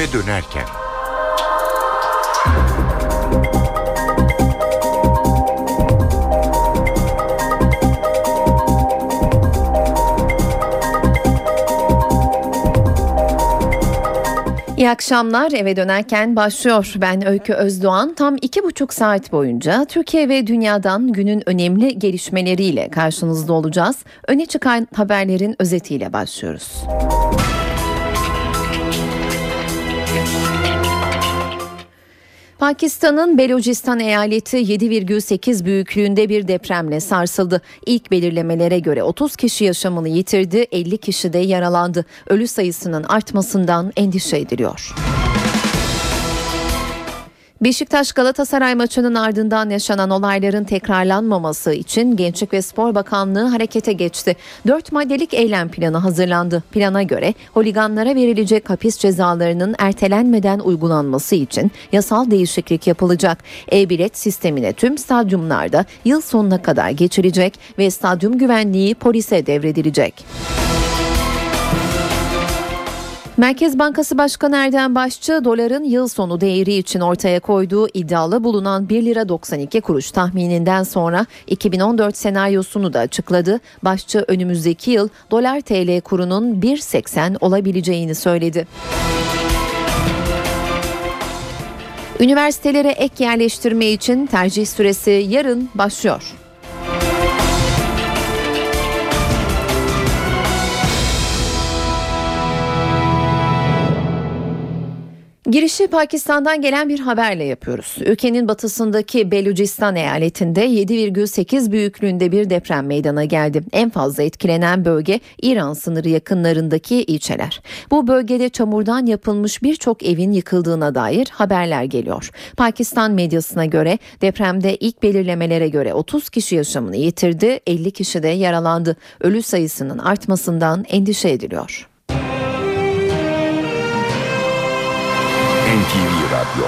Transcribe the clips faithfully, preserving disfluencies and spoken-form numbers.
Eve dönerken. İyi akşamlar, eve dönerken başlıyor. Ben Öykü Özdoğan. Tam iki buçuk saat boyunca Türkiye ve dünyadan günün önemli gelişmeleriyle karşınızda olacağız. Öne çıkan haberlerin özetiyle başlıyoruz. Pakistan'ın Belucistan eyaleti yedi virgül sekiz büyüklüğünde bir depremle sarsıldı. İlk belirlemelere göre otuz kişi yaşamını yitirdi, elli kişi de yaralandı. Ölü sayısının artmasından endişe ediliyor. Beşiktaş Galatasaray maçının ardından yaşanan olayların tekrarlanmaması için Gençlik ve Spor Bakanlığı harekete geçti. Dört maddelik eylem planı hazırlandı. Plana göre holiganlara verilecek hapis cezalarının ertelenmeden uygulanması için yasal değişiklik yapılacak. E-bilet sistemine tüm stadyumlarda yıl sonuna kadar geçilecek ve stadyum güvenliği polise devredilecek. Merkez Bankası Başkanı Erdem Başçı, doların yıl sonu değeri için ortaya koyduğu iddialı bulunan bir lira doksan iki kuruş tahmininden sonra iki bin on dört senaryosunu da açıkladı. Başçı önümüzdeki yıl dolar T L kurunun bir virgül seksen olabileceğini söyledi. Üniversitelere ek yerleştirme için tercih süresi yarın başlıyor. Girişi Pakistan'dan gelen bir haberle yapıyoruz. Ülkenin batısındaki Belucistan eyaletinde yedi virgül sekiz büyüklüğünde bir deprem meydana geldi. En fazla etkilenen bölge İran sınırı yakınlarındaki ilçeler. Bu bölgede çamurdan yapılmış birçok evin yıkıldığına dair haberler geliyor. Pakistan medyasına göre depremde ilk belirlemelere göre otuz kişi yaşamını yitirdi, elli kişi de yaralandı. Ölü sayısının artmasından endişe ediliyor. N T V Radyo.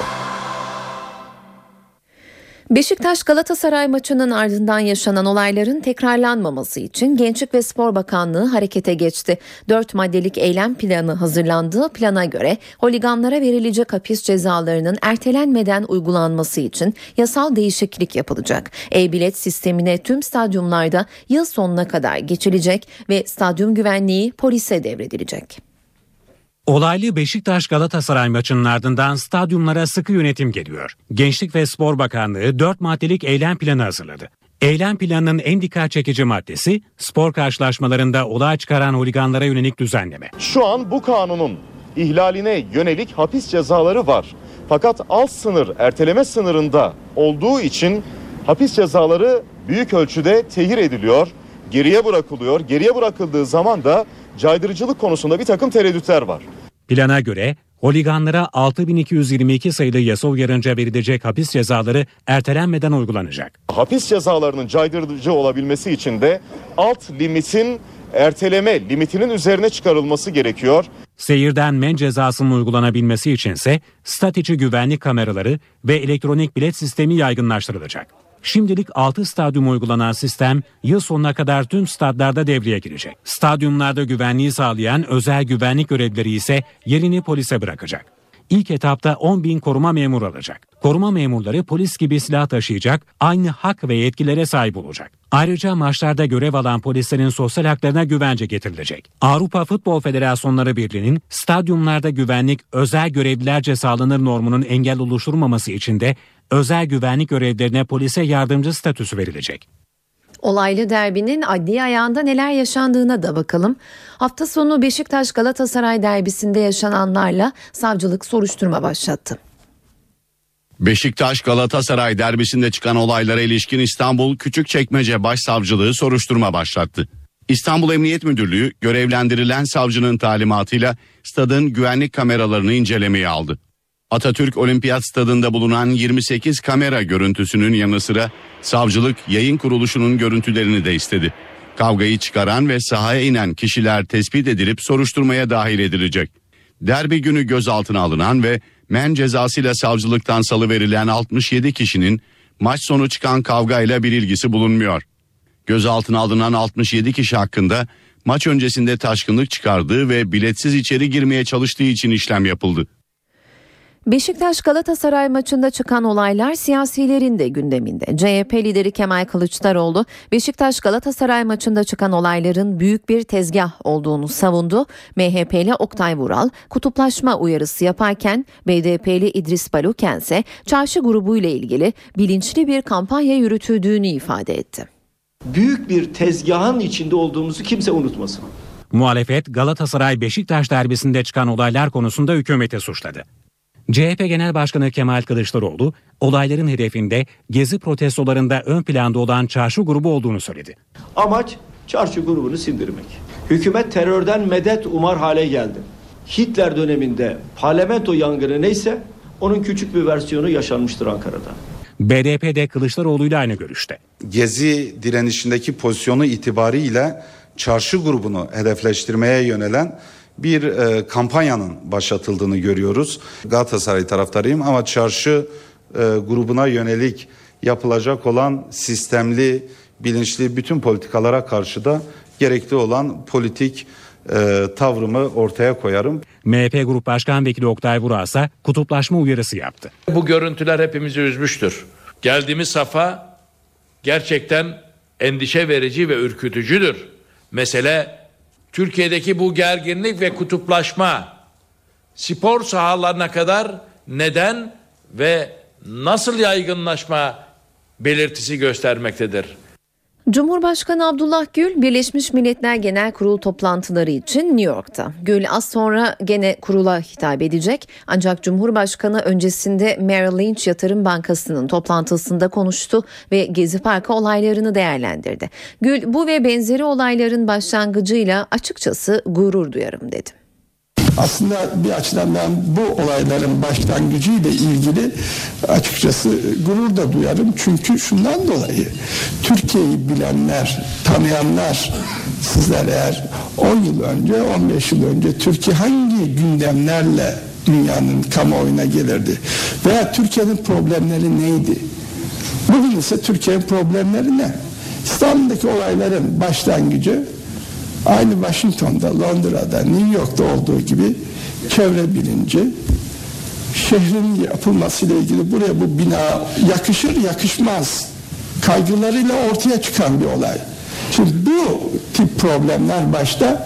Beşiktaş Galatasaray maçının ardından yaşanan olayların tekrarlanmaması için Gençlik ve Spor Bakanlığı harekete geçti. Dört maddelik eylem planı hazırlandı. Plana göre holiganlara verilecek hapis cezalarının ertelenmeden uygulanması için yasal değişiklik yapılacak. E-bilet sistemine tüm stadyumlarda yıl sonuna kadar geçilecek ve stadyum güvenliği polise devredilecek. Olaylı Beşiktaş Galatasaray maçının ardından stadyumlara sıkı yönetim geliyor. Gençlik ve Spor Bakanlığı dört maddelik eylem planı hazırladı. Eylem planının en dikkat çekici maddesi spor karşılaşmalarında olay çıkaran holiganlara yönelik düzenleme. Şu an bu kanunun ihlaline yönelik hapis cezaları var. Fakat alt sınır erteleme sınırında olduğu için hapis cezaları büyük ölçüde tehir ediliyor, geriye bırakılıyor. Geriye bırakıldığı zaman da caydırıcılık konusunda bir takım tereddütler var. Plana göre holiganlara altı bin iki yüz yirmi iki sayılı yasa uyarınca verilecek hapis cezaları ertelenmeden uygulanacak. Hapis cezalarının caydırıcı olabilmesi için de alt limitin erteleme limitinin üzerine çıkarılması gerekiyor. Seyirden men cezasının uygulanabilmesi içinse stat içi güvenlik kameraları ve elektronik bilet sistemi yaygınlaştırılacak. Şimdilik altı stadyuma uygulanan sistem yıl sonuna kadar tüm stadlarda devreye girecek. Stadyumlarda güvenliği sağlayan özel güvenlik görevlileri ise yerini polise bırakacak. İlk etapta on bin koruma memuru alacak. Koruma memurları polis gibi silah taşıyacak, aynı hak ve yetkilere sahip olacak. Ayrıca maçlarda görev alan polislerin sosyal haklarına güvence getirilecek. Avrupa Futbol Federasyonları Birliği'nin stadyumlarda güvenlik özel görevlilerce sağlanır normunun engel oluşturmaması için de özel güvenlik görevlerine polise yardımcı statüsü verilecek. Olaylı derbinin adli ayağında neler yaşandığına da bakalım. Hafta sonu Beşiktaş Galatasaray derbisinde yaşananlarla savcılık soruşturma başlattı. Beşiktaş Galatasaray derbisinde çıkan olaylara ilişkin İstanbul Küçükçekmece Başsavcılığı soruşturma başlattı. İstanbul Emniyet Müdürlüğü görevlendirilen savcının talimatıyla stadın güvenlik kameralarını incelemeye aldı. Atatürk Olimpiyat Stadında bulunan yirmi sekiz kamera görüntüsünün yanı sıra savcılık yayın kuruluşunun görüntülerini de istedi. Kavgayı çıkaran ve sahaya inen kişiler tespit edilip soruşturmaya dahil edilecek. Derbi günü gözaltına alınan ve men cezasıyla savcılıktan salıverilen altmış yedi kişinin maç sonu çıkan kavgayla bir ilgisi bulunmuyor. Gözaltına alınan altmış yedi kişi hakkında maç öncesinde taşkınlık çıkardığı ve biletsiz içeri girmeye çalıştığı için işlem yapıldı. Beşiktaş Galatasaray maçında çıkan olaylar siyasilerin de gündeminde. C H P lideri Kemal Kılıçdaroğlu, Beşiktaş Galatasaray maçında çıkan olayların büyük bir tezgah olduğunu savundu. M H P'li Oktay Vural kutuplaşma uyarısı yaparken B D P'li İdris Baluken ise çarşı grubu ile ilgili bilinçli bir kampanya yürütüldüğünü ifade etti. Büyük bir tezgahın içinde olduğumuzu kimse unutmasın. Muhalefet Galatasaray-Beşiktaş derbisinde çıkan olaylar konusunda hükümeti suçladı. C H P Genel Başkanı Kemal Kılıçdaroğlu, olayların hedefinde Gezi protestolarında ön planda olan çarşı grubu olduğunu söyledi. Amaç çarşı grubunu sindirmek. Hükümet terörden medet umar hale geldi. Hitler döneminde parlamento yangını neyse onun küçük bir versiyonu yaşanmıştır Ankara'da. B D P de Kılıçdaroğlu ile aynı görüşte. Gezi direnişindeki pozisyonu itibariyle çarşı grubunu hedefleştirmeye yönelen bir e, kampanyanın başlatıldığını görüyoruz. Galatasaray taraftarıyım ama çarşı e, grubuna yönelik yapılacak olan sistemli, bilinçli bütün politikalara karşı da gerekli olan politik e, tavrımı ortaya koyarım. M H P Grup Başkan Vekili Oktay Vural ise kutuplaşma uyarısı yaptı. Bu görüntüler hepimizi üzmüştür. Geldiğimiz safa gerçekten endişe verici ve ürkütücüdür. Mesele Türkiye'deki bu gerginlik ve kutuplaşma spor sahalarına kadar neden ve nasıl yaygınlaşma belirtisi göstermektedir. Cumhurbaşkanı Abdullah Gül, Birleşmiş Milletler Genel Kurulu toplantıları için New York'ta. Gül az sonra gene kurula hitap edecek. Ancak Cumhurbaşkanı öncesinde Merrill Lynch Yatırım Bankası'nın toplantısında konuştu ve Gezi Parkı olaylarını değerlendirdi. Gül, bu ve benzeri olayların başlangıcıyla açıkçası gurur duyarım dedi. Aslında bir açıdan ben bu olayların başlangıcıyla ilgili açıkçası gurur da duyarım. Çünkü şundan dolayı Türkiye'yi bilenler, tanıyanlar, sizler eğer on yıl önce, on beş yıl önce Türkiye hangi gündemlerle dünyanın kamuoyuna gelirdi? Veya Türkiye'nin problemleri neydi? Bugün ise Türkiye'nin problemleri ne? İstanbul'daki olayların başlangıcı aynı Washington'da, Londra'da, New York'ta olduğu gibi çevre bilinci, şehrin yapılmasıyla ilgili buraya bu bina yakışır yakışmaz kaygılarıyla ortaya çıkan bir olay. Şimdi bu tip problemler başta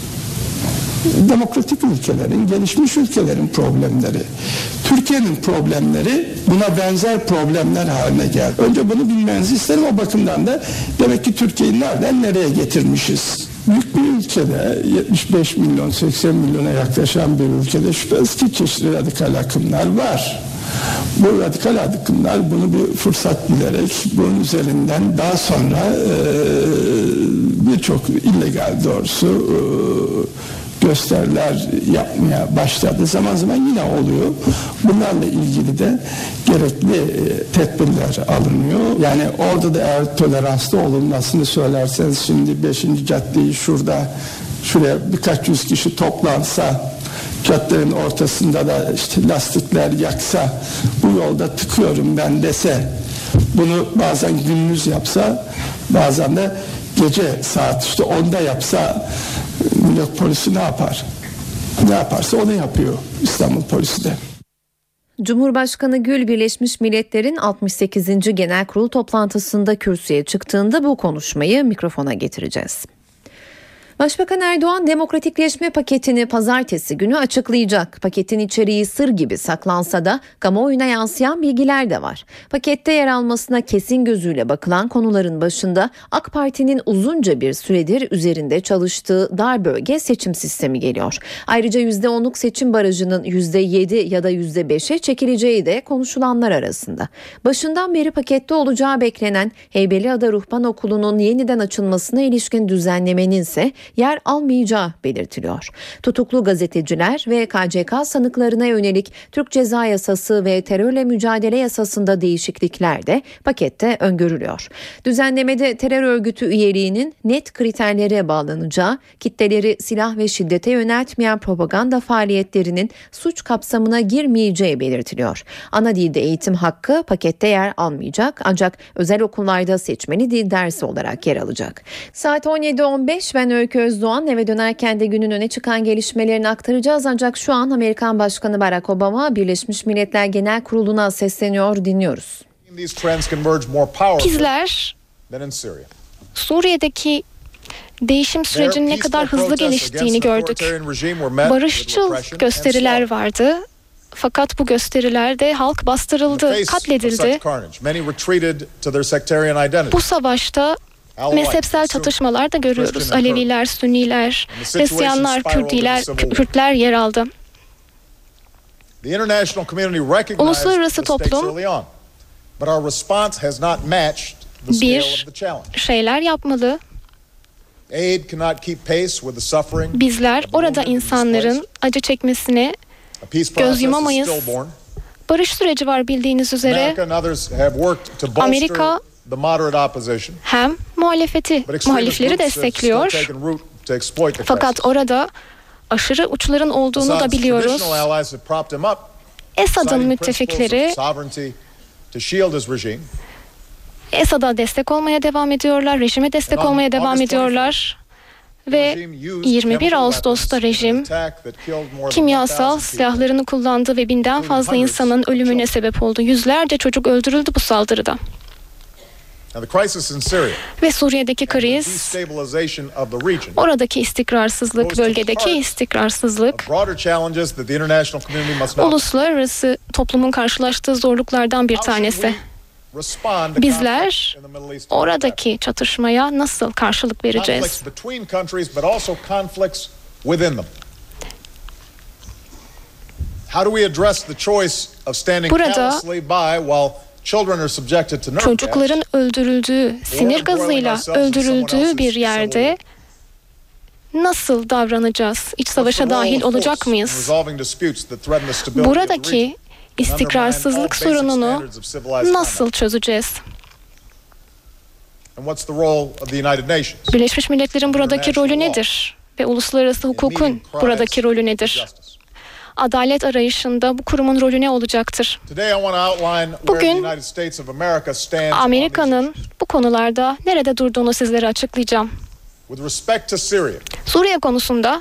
demokratik ülkelerin, gelişmiş ülkelerin problemleri. Türkiye'nin problemleri buna benzer problemler haline geldi. Önce bunu bilmenizi isterim, o bakımdan da demek ki Türkiye'yi nereden nereye getirmişiz? Büyük bir ülkede, yetmiş beş milyon seksen milyona yaklaşan bir ülkede şüphesiz ki çeşitli radikal akımlar var. Bu radikal akımlar bunu bir fırsat bilerek bunun üzerinden daha sonra e, birçok illegal doğrusu e, gösteriler yapmaya başladı. Zaman zaman yine oluyor. Bunlarla ilgili de gerekli e, tedbirler alınıyor. Yani orada da eğer toleranslı olunmasını söylerseniz şimdi beşinci caddeyi şurada şuraya birkaç yüz kişi toplansa, caddenin ortasında da işte lastikler yaksa, bu yolda tıkıyorum ben dese, bunu bazen gündüz yapsa, bazen de gece saat işte onda yapsa, New York polisi ne yapar? Ne yaparsa onu yapıyor İstanbul polisi de. Cumhurbaşkanı Gül, Birleşmiş Milletler'in altmış sekizinci Genel Kurul toplantısında kürsüye çıktığında bu konuşmayı mikrofona getireceğiz. Başbakan Erdoğan demokratikleşme paketini pazartesi günü açıklayacak. Paketin içeriği sır gibi saklansa da kamuoyuna yansıyan bilgiler de var. Pakette yer almasına kesin gözüyle bakılan konuların başında AK Parti'nin uzunca bir süredir üzerinde çalıştığı dar bölge seçim sistemi geliyor. Ayrıca yüzde onluk seçim barajının yüzde yedi ya da yüzde beşe çekileceği de konuşulanlar arasında. Başından beri pakette olacağı beklenen Heybeliada Ruhban Okulu'nun yeniden açılmasına ilişkin düzenlemenin ise yer almayacağı belirtiliyor. Tutuklu gazeteciler ve K C K sanıklarına yönelik Türk Ceza Yasası ve terörle mücadele yasasında değişiklikler de pakette öngörülüyor. Düzenlemede terör örgütü üyeliğinin net kriterlere bağlanacağı, kitleleri silah ve şiddete yöneltmeyen propaganda faaliyetlerinin suç kapsamına girmeyeceği belirtiliyor. Ana dilde eğitim hakkı pakette yer almayacak, ancak özel okullarda seçmeli dil dersi olarak yer alacak. Saat on yedi on beş, ben Öykü Öykü Özdoğan. Eve dönerken de günün öne çıkan gelişmelerini aktaracağız. Ancak şu an Amerikan Başkanı Barack Obama Birleşmiş Milletler Genel Kurulu'na sesleniyor. Dinliyoruz. Bizler Suriye'deki değişim sürecinin ne kadar hızlı geliştiğini gördük. Barışçıl gösteriler vardı. Fakat bu gösterilerde halk bastırıldı, katledildi. Bu savaşta mezhepsel çatışmalar da görüyoruz. Aleviler, Sünniler, Hristiyanlar, Kürtler, Kürtler yer aldı. Uluslararası toplum bir şeyler yapmalı. Bizler orada insanların acı çekmesine göz yumamayız. Barış süreci var bildiğiniz üzere. Amerika hem muhalefeti, muhalifleri destekliyor. Fakat orada aşırı uçların olduğunu da biliyoruz. Esad'ın müttefikleri Esad'a destek olmaya devam ediyorlar, rejime destek olmaya devam ediyorlar. Ve yirmi bir Ağustos'ta rejim kimyasal silahlarını kullandı ve binden fazla insanın ölümüne sebep oldu. Yüzlerce çocuk öldürüldü bu saldırıda. Ve Suriye'deki kriz, oradaki istikrarsızlık, bölgedeki istikrarsızlık, uluslararası toplumun karşılaştığı zorluklardan bir tanesi. Bizler oradaki çatışmaya nasıl karşılık vereceğiz? Burada çocukların öldürüldüğü, sinir gazıyla öldürüldüğü bir yerde nasıl davranacağız? İç savaşa dahil olacak mıyız? Buradaki istikrarsızlık sorununu nasıl çözeceğiz? Birleşmiş Milletler'in buradaki rolü nedir? Ve uluslararası hukukun buradaki rolü nedir? Adalet arayışında bu kurumun rolü ne olacaktır? Bugün Amerika'nın bu konularda nerede durduğunu sizlere açıklayacağım. Suriye konusunda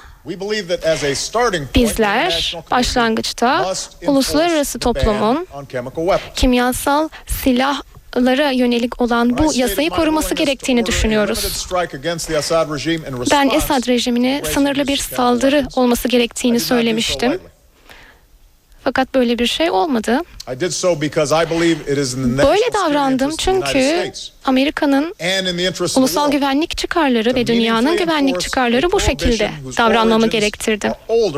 bizler başlangıçta uluslararası toplumun kimyasal silahlara yönelik olan bu yasayı koruması gerektiğini düşünüyoruz. Ben Esad rejimine sınırlı bir saldırı olması gerektiğini söylemiştim. Fakat böyle bir şey olmadı. Böyle davrandım çünkü Amerika'nın ulusal güvenlik çıkarları ve dünyanın güvenlik çıkarları bu şekilde davranmamı gerektirdi.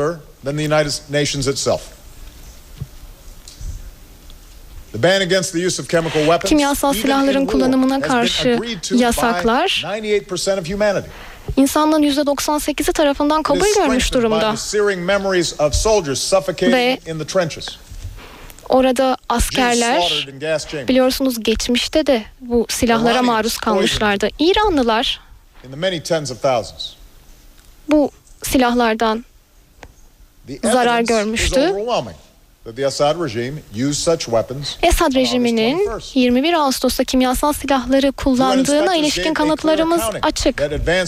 Kimyasal silahların kullanımına karşı yasaklar İnsanlığın yüzde doksan sekizi tarafından kabul görmüş durumda. Ve orada askerler, biliyorsunuz geçmişte de bu silahlara maruz kalmışlardı. İranlılar bu silahlardan zarar görmüştü. Esad rejiminin yirmi bir Ağustos'ta kimyasal silahları kullandığına ilişkin kanıtlarımız açık.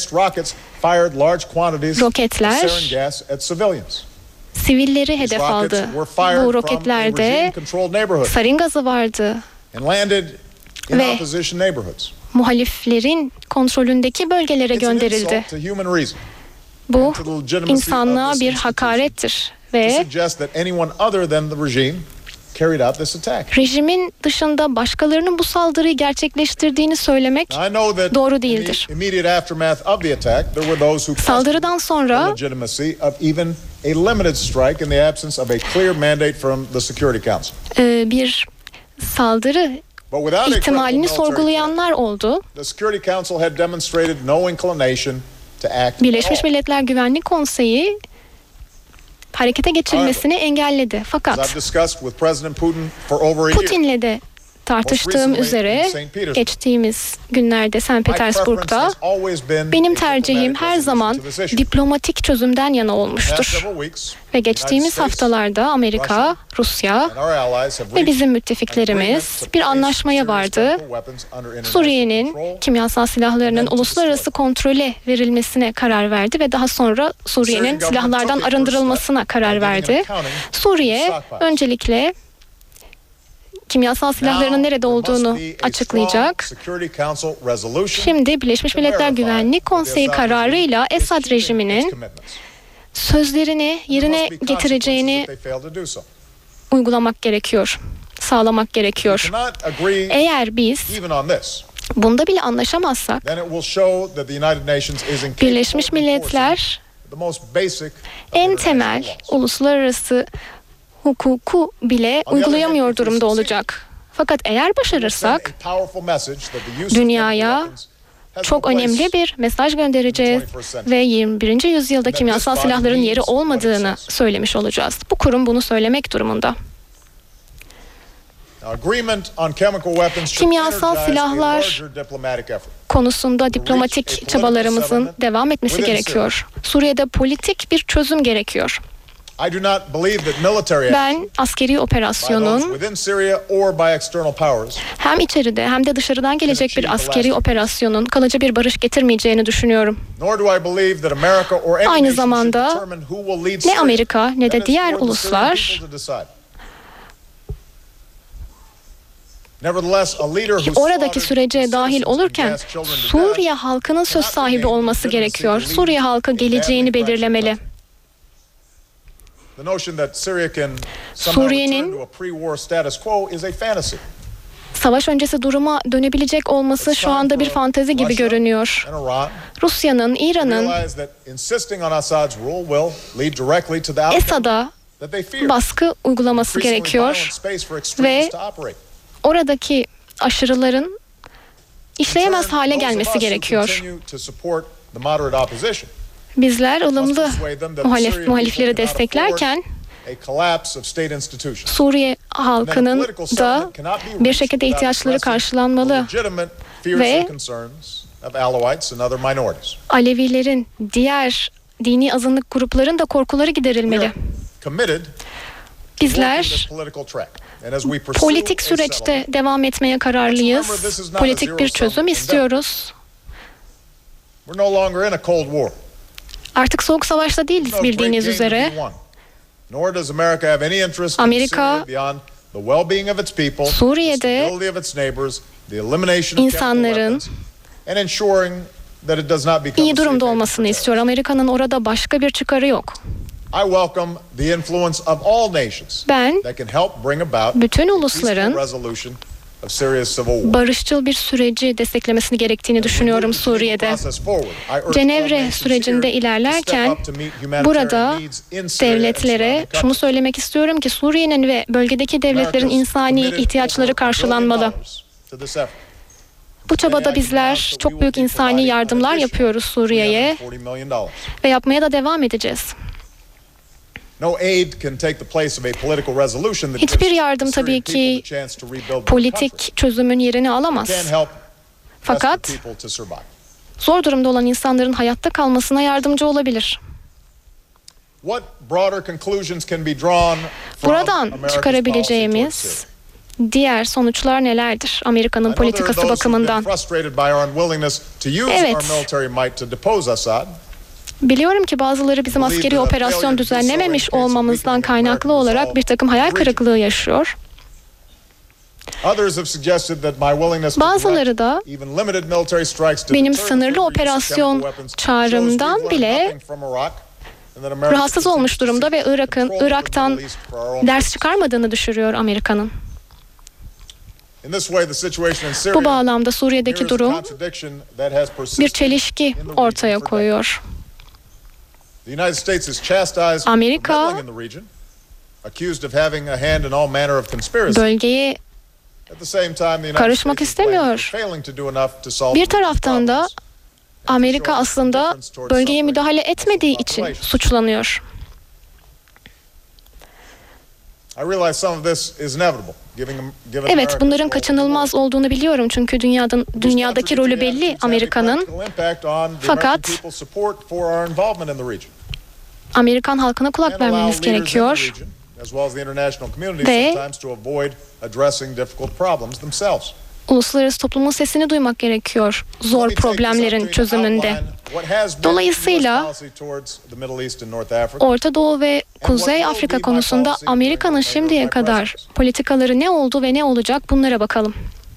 Roketler sivilleri hedef aldı. Bu roketlerde sarin gazı vardı ve muhaliflerin kontrolündeki bölgelere gönderildi. Bu insanlığa bir hakarettir. Ve rejimin dışında başkalarının bu saldırıyı gerçekleştirdiğini söylemek doğru değildir. Saldırıdan sonra bir saldırı ihtimalini sorgulayanlar oldu. Birleşmiş Milletler Güvenlik Konseyi harekete geçirilmesini engelledi. Fakat Putin'le de tartıştığım üzere geçtiğimiz günlerde Sankt Petersburg'da benim tercihim her zaman diplomatik çözümden yana olmuştur. Ve geçtiğimiz haftalarda Amerika, Rusya ve bizim müttefiklerimiz bir anlaşmaya vardı. Suriye'nin kimyasal silahlarının uluslararası kontrole verilmesine karar verdi ve daha sonra Suriye'nin silahlardan arındırılmasına karar verdi. Suriye öncelikle kimyasal silahlarının nerede olduğunu açıklayacak. Şimdi Birleşmiş Milletler Güvenlik Konseyi kararıyla Esad rejiminin sözlerini yerine getireceğini uygulamak gerekiyor, sağlamak gerekiyor. Eğer biz bunda bile anlaşamazsak, Birleşmiş Milletler en temel uluslararası hukuku bile uygulayamıyor durumda olacak. Fakat eğer başarırsak dünyaya çok önemli bir mesaj göndereceğiz ve yirmi birinci yüzyılda kimyasal silahların yeri olmadığını söylemiş olacağız. Bu kurum bunu söylemek durumunda. Kimyasal silahlar konusunda diplomatik çabalarımızın devam etmesi gerekiyor. Suriye'de politik bir çözüm gerekiyor. Ben askeri operasyonun hem içeride hem de dışarıdan gelecek bir askeri operasyonun kalıcı bir barış getirmeyeceğini düşünüyorum. Aynı zamanda ne Amerika ne de diğer uluslar oradaki sürece dahil olurken Suriye halkının söz sahibi olması gerekiyor. Suriye halkı geleceğini belirlemeli. Suriye'nin savaş öncesi duruma dönebilecek olması şu anda bir fantezi gibi görünüyor. Rusya'nın, İran'ın Esad'a baskı uygulaması gerekiyor ve oradaki aşırıların işleyemez hale gelmesi gerekiyor. Bizler ılımlı muhalif, muhalifleri desteklerken Suriye halkının da bir şekilde ihtiyaçları karşılanmalı ve Alevilerin, diğer dini azınlık grupların da korkuları giderilmeli. Bizler politik süreçte devam etmeye kararlıyız. Politik bir çözüm istiyoruz. Artık soğuk savaşta değiliz bildiğiniz üzere. Amerika Suriye'de insanların iyi durumda olmasını istiyor. Amerika'nın orada başka bir çıkarı yok. Ben bütün ulusların barışçıl bir süreci desteklemesini gerektiğini düşünüyorum Suriye'de. Cenevre sürecinde ilerlerken burada devletlere şunu söylemek istiyorum ki Suriye'nin ve bölgedeki devletlerin insani ihtiyaçları karşılanmalı. Bu çabada bizler çok büyük insani yardımlar yapıyoruz Suriye'ye ve yapmaya da devam edeceğiz. Hiçbir yardım tabii ki politik çözümün yerini alamaz. Fakat zor durumda olan insanların hayatta kalmasına yardımcı olabilir. Buradan çıkarabileceğimiz diğer sonuçlar nelerdir Amerika'nın politikası bakımından? Evet. Biliyorum ki bazıları bizim askeri operasyon düzenlememiş olmamızdan kaynaklı olarak bir takım hayal kırıklığı yaşıyor. Bazıları da benim sınırlı operasyon çağrımdan bile rahatsız olmuş durumda ve Irak'ın Irak'tan ders çıkarmadığını düşünüyor Amerika'nın. Bu bağlamda Suriye'deki durum bir çelişki ortaya koyuyor. Amerika bölgeye karışmak istemiyor. Bir taraftan da Amerika aslında bölgeye müdahale etmediği için suçlanıyor. Evet, bunların kaçınılmaz olduğunu biliyorum çünkü dünyanın dünyadaki rolü belli Amerika'nın. Fakat Amerikan halkına kulak vermemiz gerekiyor ve uluslararası toplumun sesini duymak gerekiyor zor problemlerin çözümünde. Dolayısıyla Orta Doğu ve Kuzey Afrika konusunda Amerika'nın şimdiye kadar politikaları ne oldu ve ne olacak, bunlara bakalım.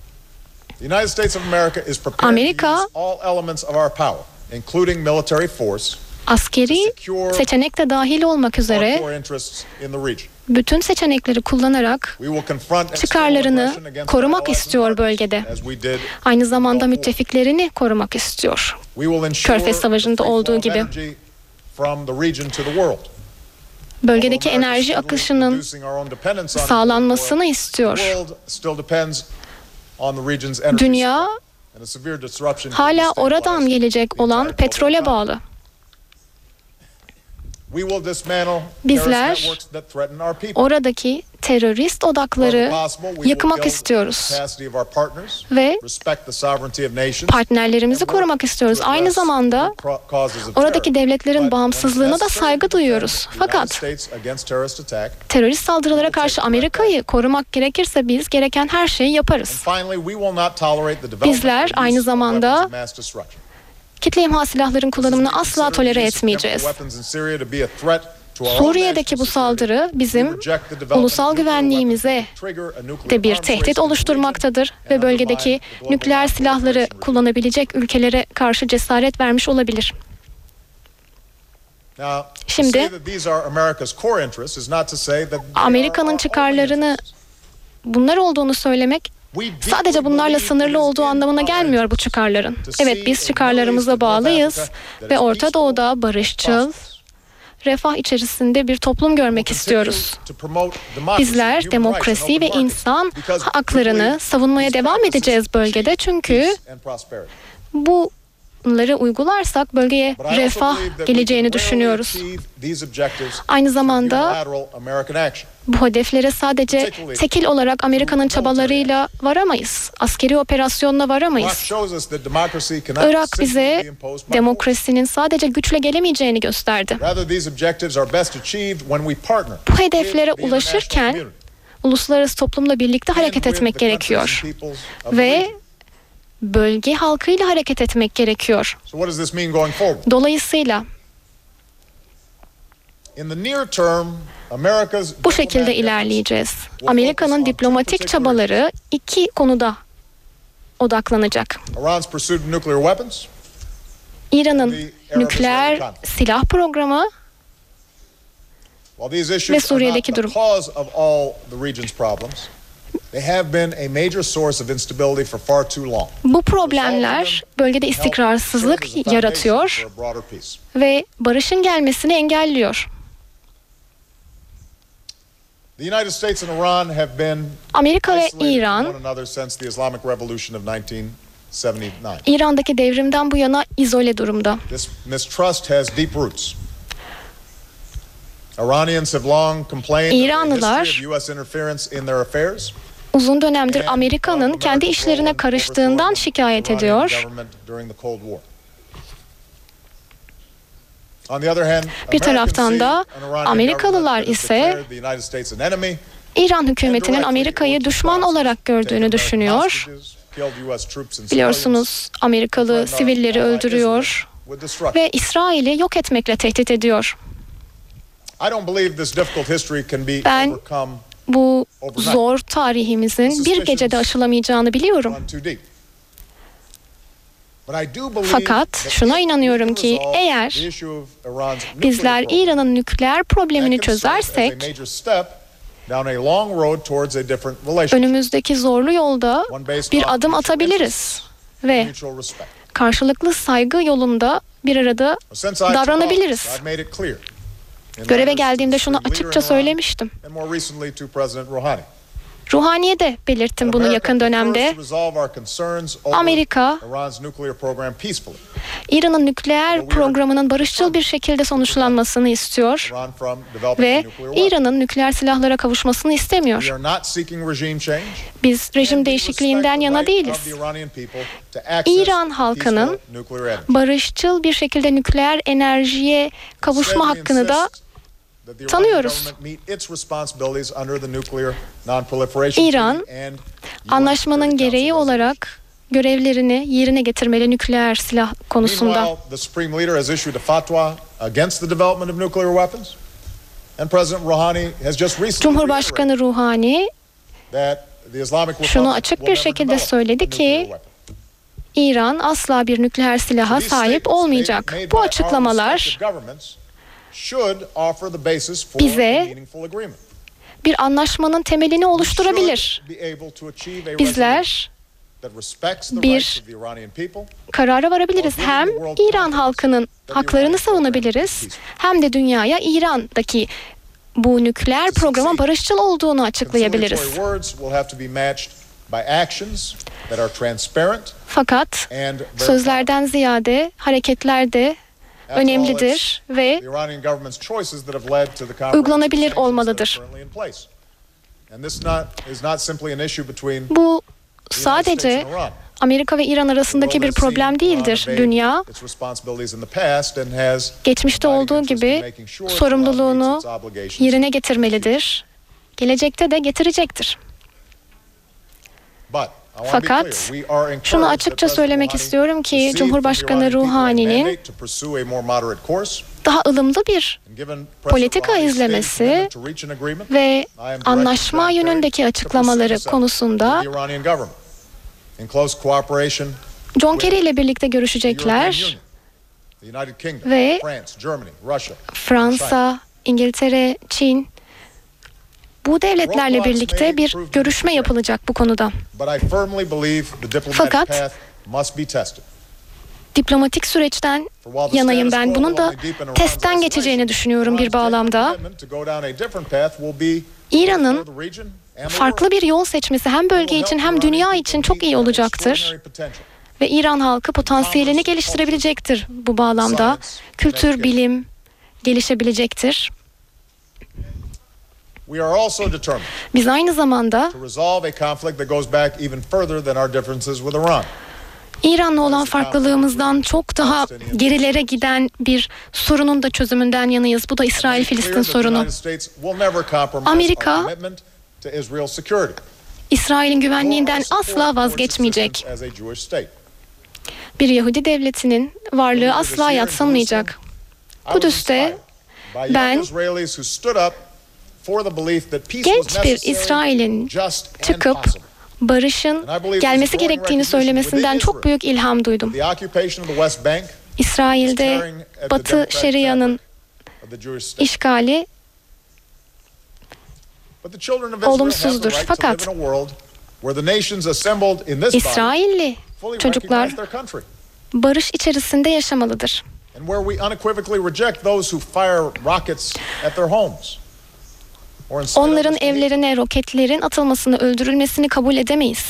Amerika askeri seçenek de dahil olmak üzere bütün seçenekleri kullanarak çıkarlarını korumak istiyor bölgede. Aynı zamanda müttefiklerini korumak istiyor. Körfez Savaşı'nda olduğu gibi. Bölgedeki enerji akışının sağlanmasını istiyor. Dünya hala oradan gelecek olan petrole bağlı. Bizler oradaki terörist odakları yıkmak istiyoruz ve partnerlerimizi korumak istiyoruz. Aynı zamanda oradaki devletlerin bağımsızlığına da saygı duyuyoruz. Fakat terörist saldırılara karşı Amerika'yı korumak gerekirse biz gereken her şeyi yaparız. Bizler aynı zamanda kitle imha silahların kullanımını asla tolere etmeyeceğiz. Suriye'deki bu saldırı bizim ulusal güvenliğimize de bir tehdit oluşturmaktadır ve bölgedeki nükleer silahları kullanabilecek ülkelere karşı cesaret vermiş olabilir. Şimdi Amerika'nın çıkarlarını bunlar olduğunu söylemek sadece bunlarla sınırlı olduğu anlamına gelmiyor bu çıkarların. Evet, biz çıkarlarımıza bağlıyız ve Orta Doğu'da barışçıl, refah içerisinde bir toplum görmek istiyoruz. Bizler demokrasi ve insan haklarını savunmaya devam edeceğiz bölgede çünkü bunları uygularsak bölgeye refah geleceğini düşünüyoruz. Aynı zamanda bu hedeflere sadece tekil olarak Amerika'nın çabalarıyla varamayız. Askeri operasyonla varamayız. Irak bize demokrasinin sadece güçle gelemeyeceğini gösterdi. Bu hedeflere ulaşırken uluslararası toplumla birlikte hareket etmek gerekiyor. Ve bölge halkıyla hareket etmek gerekiyor. Dolayısıyla bu şekilde ilerleyeceğiz. Amerika'nın diplomatik çabaları iki konuda odaklanacak. İran'ın nükleer silah programı ve Suriye'deki durum. Bu problemler bölgede istikrarsızlık yaratıyor ve barışın gelmesini engelliyor. Amerika ve İran, İran'daki devrimden bu yana izole durumda. İranlılar uzun dönemdir Amerika'nın kendi işlerine karıştığından şikayet ediyor. Bir taraftan da Amerikalılar ise İran hükümetinin Amerika'yı düşman olarak gördüğünü düşünüyor. Biliyorsunuz, Amerikalı sivilleri öldürüyor ve İsrail'i yok etmekle tehdit ediyor. Ben bu zor tarihimizin bir gecede aşılamayacağını biliyorum. Fakat şuna inanıyorum ki eğer bizler İran'ın nükleer problemini çözersek önümüzdeki zorlu yolda bir adım atabiliriz ve karşılıklı saygı yolunda bir arada davranabiliriz. Göreve geldiğimde şunu açıkça söylemiştim. Ruhani'ye de belirttim bunu yakın dönemde. Amerika, İran'ın nükleer programının barışçıl bir şekilde sonuçlanmasını istiyor ve İran'ın nükleer silahlara kavuşmasını istemiyor. Biz rejim değişikliğinden yana değiliz. İran halkının barışçıl bir şekilde nükleer enerjiye kavuşma hakkını da tanıyoruz. İran, anlaşmanın gereği olarak görevlerini yerine getirmeli nükleer silah konusunda. Cumhurbaşkanı Ruhani şunu açık bir şekilde söyledi ki İran asla bir nükleer silaha sahip olmayacak. Bu açıklamalar bize bir anlaşmanın temelini oluşturabilir. Bizler bir karara varabiliriz. Hem İran halkının haklarını savunabiliriz, hem de dünyaya İran'daki bu nükleer programa barışçıl olduğunu açıklayabiliriz. Fakat sözlerden ziyade hareketler de önemlidir ve uygulanabilir olmalıdır. Bu sadece Amerika ve İran arasındaki bir problem değildir. Dünya, geçmişte olduğu gibi sorumluluğunu yerine getirmelidir. Gelecekte de getirecektir. Fakat şunu açıkça söylemek istiyorum ki Cumhurbaşkanı Ruhani'nin daha ılımlı bir politika izlemesi ve anlaşma yönündeki açıklamaları konusunda John Kerry ile birlikte görüşecekler ve Fransa, İngiltere, Çin, bu devletlerle birlikte bir görüşme yapılacak bu konuda. Fakat diplomatik süreçten yanayım ben. Bunun da testten geçeceğini düşünüyorum bir bağlamda. İran'ın farklı bir yol seçmesi hem bölge için hem dünya için çok iyi olacaktır. Ve İran halkı potansiyelini geliştirebilecektir bu bağlamda. Kültür, bilim gelişebilecektir. Biz aynı zamanda İran'la olan farklılığımızdan çok daha gerilere giden bir sorunun da çözümünden yanayız. Bu da İsrail-Filistin sorunu. Amerika, İsrail'in güvenliğinden asla vazgeçmeyecek. Bir Yahudi devletinin varlığı asla yadsınmayacak. Kudüs'te ben genç bir İsrail'in çıkıp barışın gelmesi gerektiğini söylemesinden çok büyük ilham duydum. İsrail'de Batı Şeria'nın işgali olumsuzdur. Fakat İsrailli çocuklar barış içerisinde yaşamalıdır. Onların evlerine roketlerin atılmasını, öldürülmesini kabul edemeyiz.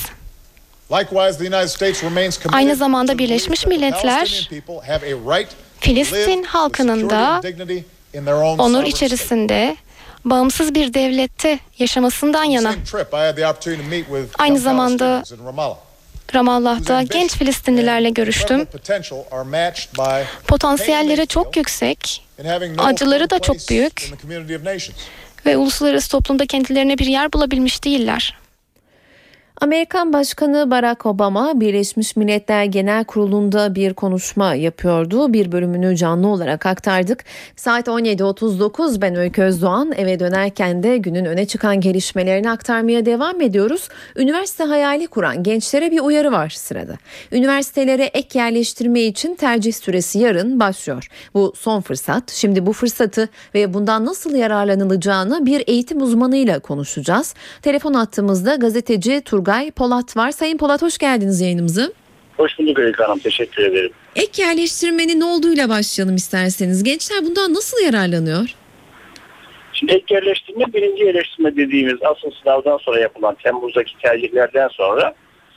Aynı zamanda Birleşmiş Milletler, Filistin halkının da onur içerisinde bağımsız bir devlette yaşamasından yana. Aynı zamanda Ramallah'ta genç Filistinlilerle görüştüm. Potansiyelleri çok yüksek, acıları da çok büyük ve uluslararası toplumda kendilerine bir yer bulabilmiş değiller. Amerikan Başkanı Barack Obama Birleşmiş Milletler Genel Kurulu'nda bir konuşma yapıyordu. Bir bölümünü canlı olarak aktardık. Saat on yedi otuz dokuz, ben Öykü Özdoğan. Eve dönerken de günün öne çıkan gelişmelerini aktarmaya devam ediyoruz. Üniversite hayali kuran gençlere bir uyarı var sırada. Üniversitelere ek yerleştirme için tercih süresi yarın başlıyor. Bu son fırsat. Şimdi bu fırsatı ve bundan nasıl yararlanılacağını bir eğitim uzmanıyla konuşacağız. Telefon hattımızda gazeteci Turgay Polat var. Sayın Polat, hoş geldiniz yayınımıza. Hoş bulduk Öykü Hanım. Teşekkür ederim. Ek yerleştirmenin ne olduğuyla başlayalım isterseniz. Gençler bundan nasıl yararlanıyor? Şimdi ek yerleştirme yerleştirme, birinci yerleştirme dediğimiz asıl sınavdan sonra yapılan Temmuz'daki tercihlerden sonra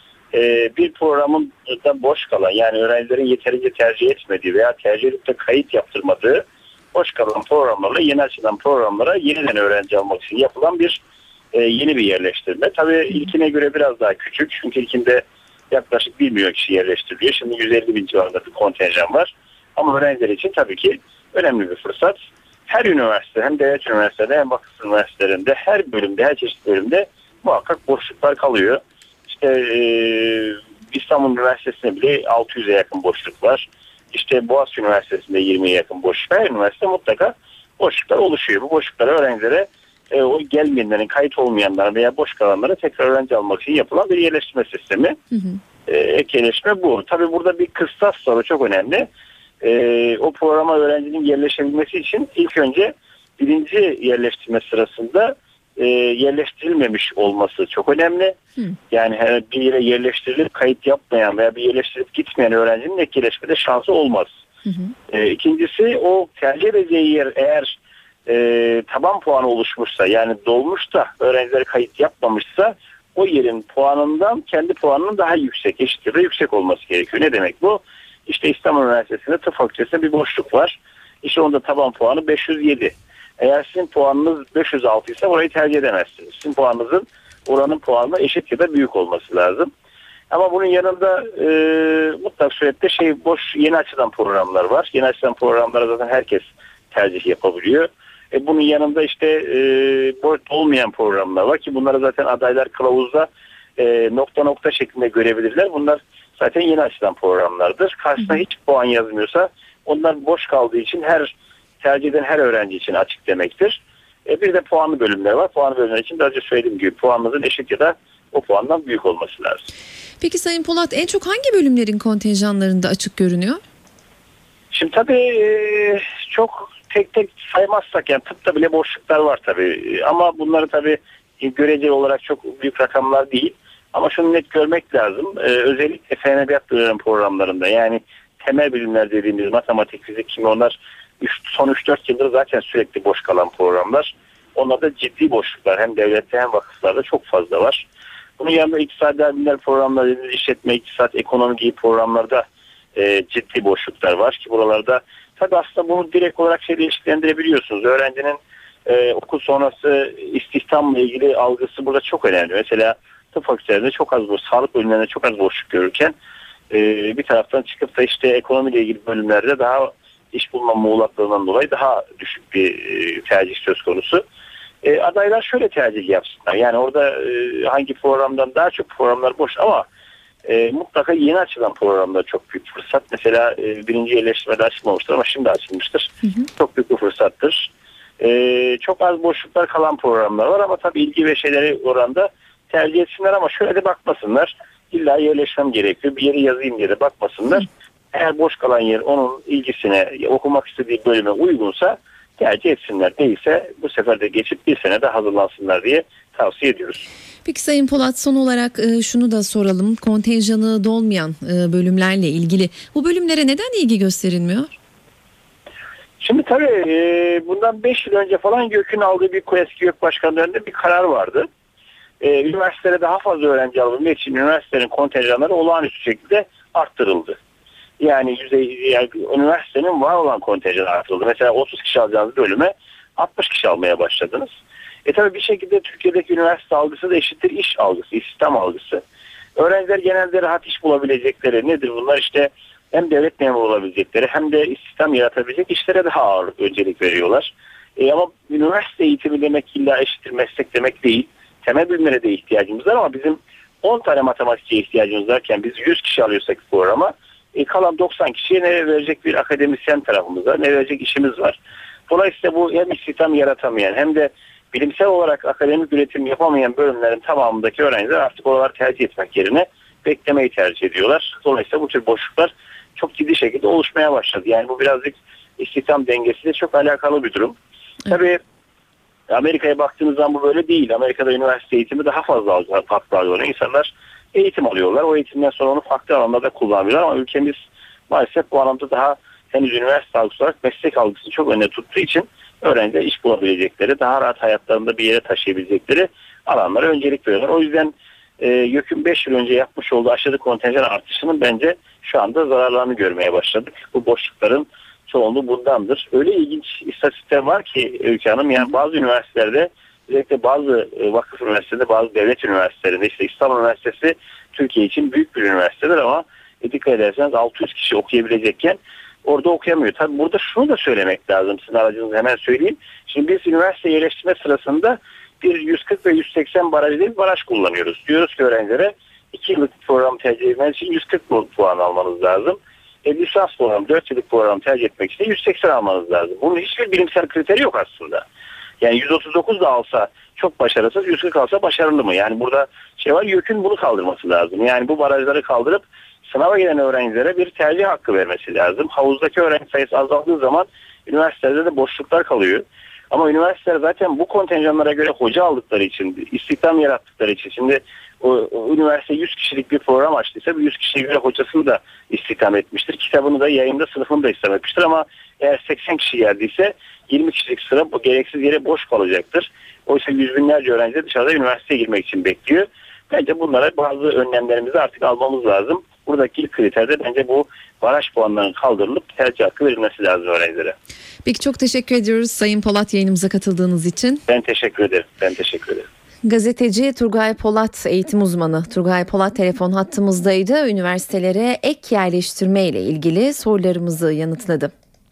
e, bir programın da boş kalan, yani öğrencilerin yeterince tercih etmediği veya tercih edip de kayıt yaptırmadığı boş kalan programlarla yeni açılan programlara yeniden öğrenci almak için yapılan bir e, yeni bir yerleştirme. Tabii ilkine göre biraz daha küçük, çünkü ilkinde yaklaşık bir milyon kişi yerleştiriliyor. Şimdi yüz elli bin civarında bir kontenjan var. Ama öğrenciler için tabii ki önemli bir fırsat. Her üniversite, hem devlet üniversitelerinde hem vakıf üniversitelerinde, her bölümde, her çeşit bölümde muhakkak boşluklar kalıyor. İşte e, İstanbul Üniversitesi'nde bile altı yüze yakın boşluk var. İşte Boğaziçi Üniversitesi'nde yirmiye yakın boşluk. Her üniversite mutlaka boşluklar oluşuyor. Bu boşluklara öğrencilere, e, o gelmeyenlerin, kayıt olmayanların veya boş kalanlara tekrar öğrenci almak için yapılan bir yerleştirme sistemi. Hı hı. E, ek yerleştirme bu. Tabii burada bir kıstas soru çok önemli. E, o programa öğrencinin yerleşebilmesi için ilk önce birinci yerleştirme sırasında e, yerleştirilmemiş olması çok önemli. Hı. Yani bir yere yerleştirilip kayıt yapmayan veya bir yerleştirilip gitmeyen öğrencinin ek yerleşmede şansı olmaz. Hı hı. E, ikincisi, o tercih edeceği yer eğer e, taban puanı oluşmuşsa, yani dolmuş da öğrenciler kayıt yapmamışsa, o yerin puanından kendi puanının daha yüksek, eşit ya da yüksek olması gerekiyor. Ne demek bu? İşte İstanbul Üniversitesi'nde tıp fakültesinde bir boşluk var. İşte onda taban puanı beş yüz yedi. Eğer sizin puanınız beş yüz altı ise orayı tercih edemezsiniz. Sizin puanınızın oranın puanına eşit ya da büyük olması lazım. Ama bunun yanında e, mutlak surette şey boş yeni açılan programlar var. Yeni açılan programlara zaten herkes tercih yapabiliyor. E, bunun yanında işte e, boş olmayan programlar var ki bunları zaten adaylar kılavuzda e, nokta nokta şeklinde görebilirler. Bunlar zaten yeni açılan programlardır. Karşısına hiç puan yazmıyorsa onlar boş kaldığı için her tercih eden her öğrenci için açık demektir. E, bir de puanlı bölümler var. Puanlı bölümler için daha önce söylediğim gibi puanınızın eşit ya da o puandan büyük olması lazım. Peki Sayın Polat, en çok hangi bölümlerin kontenjanlarında açık görünüyor? Şimdi tabii e, çok tek tek saymazsak, yani tıpta bile boşluklar var tabii. Ama bunları tabii göreceli olarak çok büyük rakamlar değil. Ama şunu net görmek lazım. Ee, özellikle fen edebiyat programlarında, yani temel bilimler dediğimiz matematik, fizik, kimya, onlar son üç dört yıldır zaten sürekli boş kalan programlar. Onlarda ciddi boşluklar hem devlette hem vakıflarda çok fazla var. Bunun yanında iktisadi bilimler programları, işletme, iktisat, ekonomi gibi programlarda e, ciddi boşluklar var ki buralarda tabii aslında bunu direkt olarak şeyle ilişkilendirebiliyorsunuz. Öğrencinin e, okul sonrası istihdamla ilgili algısı burada çok önemli. Mesela tıp fakültelerinde çok az boş, sağlık bölümlerinde çok az boşluk görürken e, bir taraftan çıkıp da işte ekonomiyle ilgili bölümlerde daha iş bulma muğlaklığından dolayı daha düşük bir e, tercih söz konusu. E, adaylar şöyle tercih yapsınlar. Yani orada e, hangi programdan daha çok programlar boş ama e, mutlaka yeni açılan programlar çok büyük fırsat. Mesela e, birinci yerleştirmede açılmamıştır ama şimdi açılmıştır. Hı hı. Çok büyük bir fırsattır. E, çok az boşluklar kalan programlar var ama tabii ilgi ve şeyleri oranda tercih etsinler ama şöyle de bakmasınlar. İlla yerleşmem gerekiyor, bir yere yazayım diye de bakmasınlar. Hı. Eğer boş kalan yer onun ilgisine, okumak istediği bölüme uygunsa tercih etsinler. Değilse bu sefer de geçip bir sene de hazırlansınlar diye tavsiye ediyoruz. Peki Sayın Polat, son olarak şunu da soralım. Kontenjanı dolmayan bölümlerle ilgili bu bölümlere neden ilgi gösterilmiyor? Şimdi tabii bundan beş yıl önce falan YÖK'ün aldığı bir KOESK YÖK Başkanlığı'nda bir karar vardı. Üniversitelere daha fazla öğrenci alabilmek için üniversitelerin kontenjanları olağanüstü şekilde arttırıldı. Yani, yüzey, yani üniversitenin var olan kontenjanı artırıldı. Mesela otuz kişi alacağınız bölüme altmış kişi almaya başladınız. E tabii bir şekilde Türkiye'deki üniversite algısı da eşittir iş algısı, istihdam algısı. Öğrenciler genelde rahat iş bulabilecekleri nedir? Bunlar işte hem devlet memuru olabilecekleri hem de istihdam yaratabilecek işlere daha ağır öncelik veriyorlar. E ama üniversite eğitimi demek illa eşittir meslek demek değil. Temel bilimlere de ihtiyacımız var ama bizim on tane matematikçiye ihtiyacımız varken biz yüz kişi alıyorsak programa, E, kalan doksan kişiye ne verecek bir akademisyen tarafımız var, ne verecek işimiz var. Dolayısıyla bu hem istihdam yaratamayan hem de bilimsel olarak akademik üretim yapamayan bölümlerin tamamındaki öğrenciler artık oraları tercih etmek yerine beklemeyi tercih ediyorlar. Dolayısıyla bu tür boşluklar çok ciddi şekilde oluşmaya başladı. Yani bu birazcık istihdam dengesiyle çok alakalı bir durum. Evet. Tabii Amerika'ya baktığınız zaman bu böyle değil. Amerika'da üniversite eğitimi daha fazla alıyor. İnsanlar eğitim alıyorlar. O eğitimden sonra onu farklı alanlarda kullanıyorlar ama ülkemiz maalesef bu anlamda daha henüz üniversite algısı olarak meslek algısını çok önde tuttuğu için öğrenciler iş bulabilecekleri, daha rahat hayatlarında bir yere taşıyabilecekleri alanlara öncelik veriyorlar. O yüzden e, YÖK'ün beş yıl önce yapmış olduğu aşırı kontenjan artışının bence şu anda zararlarını görmeye başladık. Bu boşlukların çoğunluğu bundandır. Öyle ilginç istatistikler var ki Ülke Hanım, yani bazı üniversitelerde, özellikle bazı vakıf üniversitelerinde, bazı devlet üniversitelerinde, işte İstanbul Üniversitesi Türkiye için büyük bir üniversitedir ama e, dikkat ederseniz altı yüz kişi okuyabilecekken orada okuyamıyor. Tabii burada şunu da söylemek lazım. Sizin aracınızı hemen söyleyeyim. Şimdi biz üniversite yerleştirme sırasında bir yüz kırk ve yüz seksen baraj değil, baraj kullanıyoruz. Diyoruz ki öğrencilere iki yıllık program tercih etmek için yüz kırk puan almanız lazım. E, lisans programı, dört yıllık programı tercih etmek için yüz seksen almanız lazım. Bunun hiçbir bilimsel kriteri yok aslında. Yani yüz otuz dokuz da alsa çok başarısız, yüz kırk alsa başarılı mı? Yani burada şey var, YÖK'ün bunu kaldırması lazım. Yani bu barajları kaldırıp sınava gelen öğrencilere bir tercih hakkı vermesi lazım. Havuzdaki öğrenci sayısı azaldığı zaman üniversitelerde de boşluklar kalıyor. Ama üniversiteler zaten bu kontenjanlara göre hoca aldıkları için, istihdam yarattıkları için, şimdi o, o üniversite yüz kişilik bir program açtıysa bu yüz kişiye göre hocasını da istihdam etmiştir. Kitabını da, yayında sınıfını da istihdam etmiştir ama eğer seksen kişi geldiyse yirmi kişilik sıra bu gereksiz yere boş kalacaktır. Oysa yüz binlerce öğrenci dışarıda üniversiteye girmek için bekliyor. Bence bunlara bazı önlemlerimizi artık almamız lazım. Buradaki ilk kriter de bence bu baraj puanlarının kaldırılıp tercih hakkı verilmesi lazım öğrencilere. Peki, çok teşekkür ediyoruz Sayın Polat yayınımıza katıldığınız için. Ben teşekkür ederim. Ben teşekkür ederim. Gazeteci Turgay Polat, eğitim uzmanı Turgay Polat telefon hattımızdaydı. Üniversitelere ek yerleştirme ile ilgili sorularımızı yanıtladı.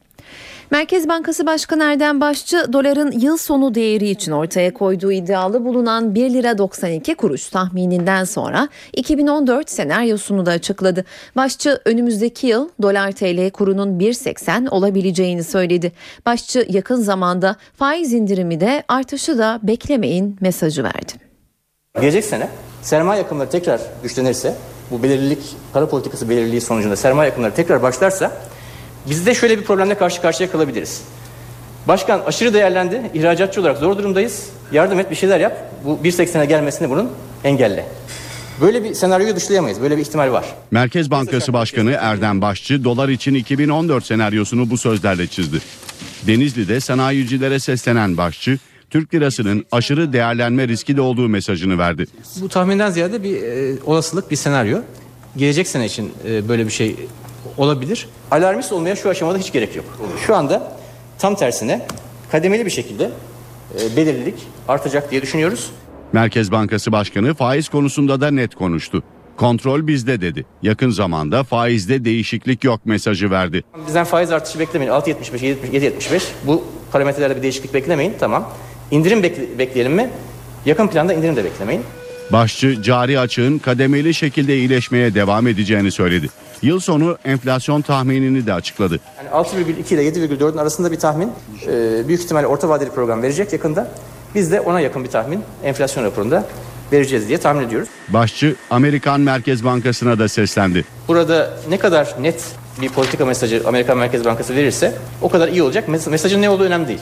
Merkez Bankası Başkanı Erdem Başçı, doların yıl sonu değeri için ortaya koyduğu iddialı bulunan bir lira doksan iki kuruş tahmininden sonra iki bin on dört senaryosunu da açıkladı. Başçı, önümüzdeki yıl dolar T L kurunun bir seksen olabileceğini söyledi. Başçı, yakın zamanda faiz indirimi de artışı da beklemeyin mesajı verdi. Gelecek sene sermaye akımları tekrar güçlenirse, bu belirlilik, para politikası belirliliği sonucunda sermaye akımları tekrar başlarsa, biz de şöyle bir problemle karşı karşıya kalabiliriz. Başkan aşırı değerlendi, ihracatçı olarak zor durumdayız, yardım et, bir şeyler yap, bu bir seksene gelmesini bunun engelle. Böyle bir senaryoyu dışlayamayız, böyle bir ihtimal var. Merkez Bankası Başkanı Erdem Başçı, dolar için iki bin on dört senaryosunu bu sözlerle çizdi. Denizli'de sanayicilere seslenen Başçı, Türk lirasının aşırı değerlenme riski de olduğu mesajını verdi. Bu tahminden ziyade bir e, olasılık, bir senaryo. Gelecek sene için e, böyle bir şey olabilir. Alarmist olmaya şu aşamada hiç gerek yok. Şu anda tam tersine kademeli bir şekilde e, belirlilik artacak diye düşünüyoruz. Merkez Bankası Başkanı faiz konusunda da net konuştu. Kontrol bizde dedi. Yakın zamanda faizde değişiklik yok mesajı verdi. Bizden faiz artışı beklemeyin. altı yetmiş beş, yedi yetmiş beş. Bu parametrelerde bir değişiklik beklemeyin. Tamam. İndirim bekle- bekleyelim mi? Yakın planda indirim de beklemeyin. Başçı, cari açığın kademeli şekilde iyileşmeye devam edeceğini söyledi. Yıl sonu enflasyon tahminini de açıkladı. Yani altı virgül iki ile yedi virgül dördün arasında bir tahmin, e, büyük ihtimalle orta vadeli program verecek yakında. Biz de ona yakın bir tahmin enflasyon raporunda vereceğiz diye tahmin ediyoruz. Başçı, Amerikan Merkez Bankası'na da seslendi. Burada ne kadar net bir politika mesajı Amerikan Merkez Bankası verirse o kadar iyi olacak. Mesajın ne olduğu önemli değil.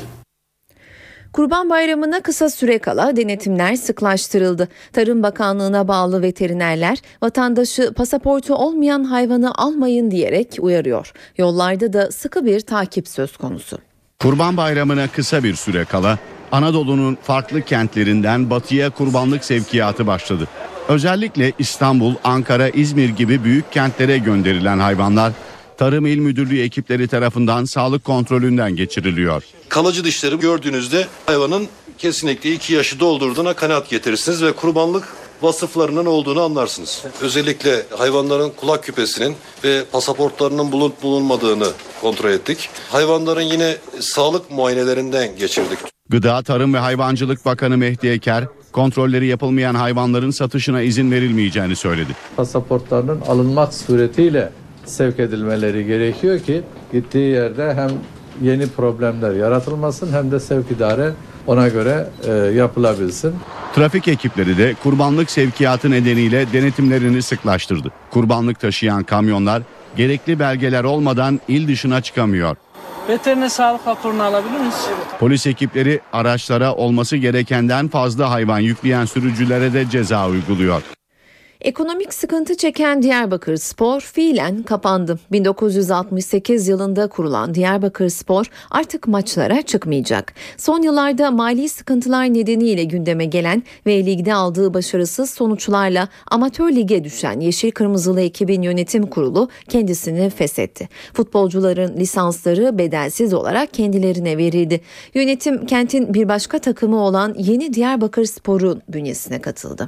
Kurban Bayramı'na kısa süre kala denetimler sıklaştırıldı. Tarım Bakanlığı'na bağlı veterinerler vatandaşı pasaportu olmayan hayvanı almayın diyerek uyarıyor. Yollarda da sıkı bir takip söz konusu. Kurban Bayramı'na kısa bir süre kala Anadolu'nun farklı kentlerinden batıya kurbanlık sevkiyatı başladı. Özellikle İstanbul, Ankara, İzmir gibi büyük kentlere gönderilen hayvanlar Tarım İl Müdürlüğü ekipleri tarafından sağlık kontrolünden geçiriliyor. Kalıcı dişleri gördüğünüzde hayvanın kesinlikle iki yaşı doldurduğuna kanaat getirirsiniz ve kurbanlık vasıflarının olduğunu anlarsınız. Özellikle hayvanların kulak küpesinin ve pasaportlarının bulunup bulunmadığını kontrol ettik. Hayvanların yine sağlık muayenelerinden geçirdik. Gıda, Tarım ve Hayvancılık Bakanı Mehdi Eker, kontrolleri yapılmayan hayvanların satışına izin verilmeyeceğini söyledi. Pasaportlarının alınmak suretiyle sevk edilmeleri gerekiyor ki gittiği yerde hem yeni problemler yaratılmasın hem de sevk idare ona göre e, yapılabilsin. Trafik ekipleri de kurbanlık sevkiyatı nedeniyle denetimlerini sıklaştırdı. Kurbanlık taşıyan kamyonlar gerekli belgeler olmadan il dışına çıkamıyor. Veteriner sağlık raporunu alabilir miyiz? Polis ekipleri araçlara olması gerekenden fazla hayvan yükleyen sürücülere de ceza uyguluyor. Ekonomik sıkıntı çeken Diyarbakırspor fiilen kapandı. bin dokuz yüz altmış sekiz yılında kurulan Diyarbakırspor artık maçlara çıkmayacak. Son yıllarda mali sıkıntılar nedeniyle gündeme gelen ve ligde aldığı başarısız sonuçlarla amatör lige düşen Yeşil Kırmızılı ekibin yönetim kurulu kendisini feshetti. Futbolcuların lisansları bedelsiz olarak kendilerine verildi. Yönetim kentin bir başka takımı olan Yeni Diyarbakırspor'un bünyesine katıldı.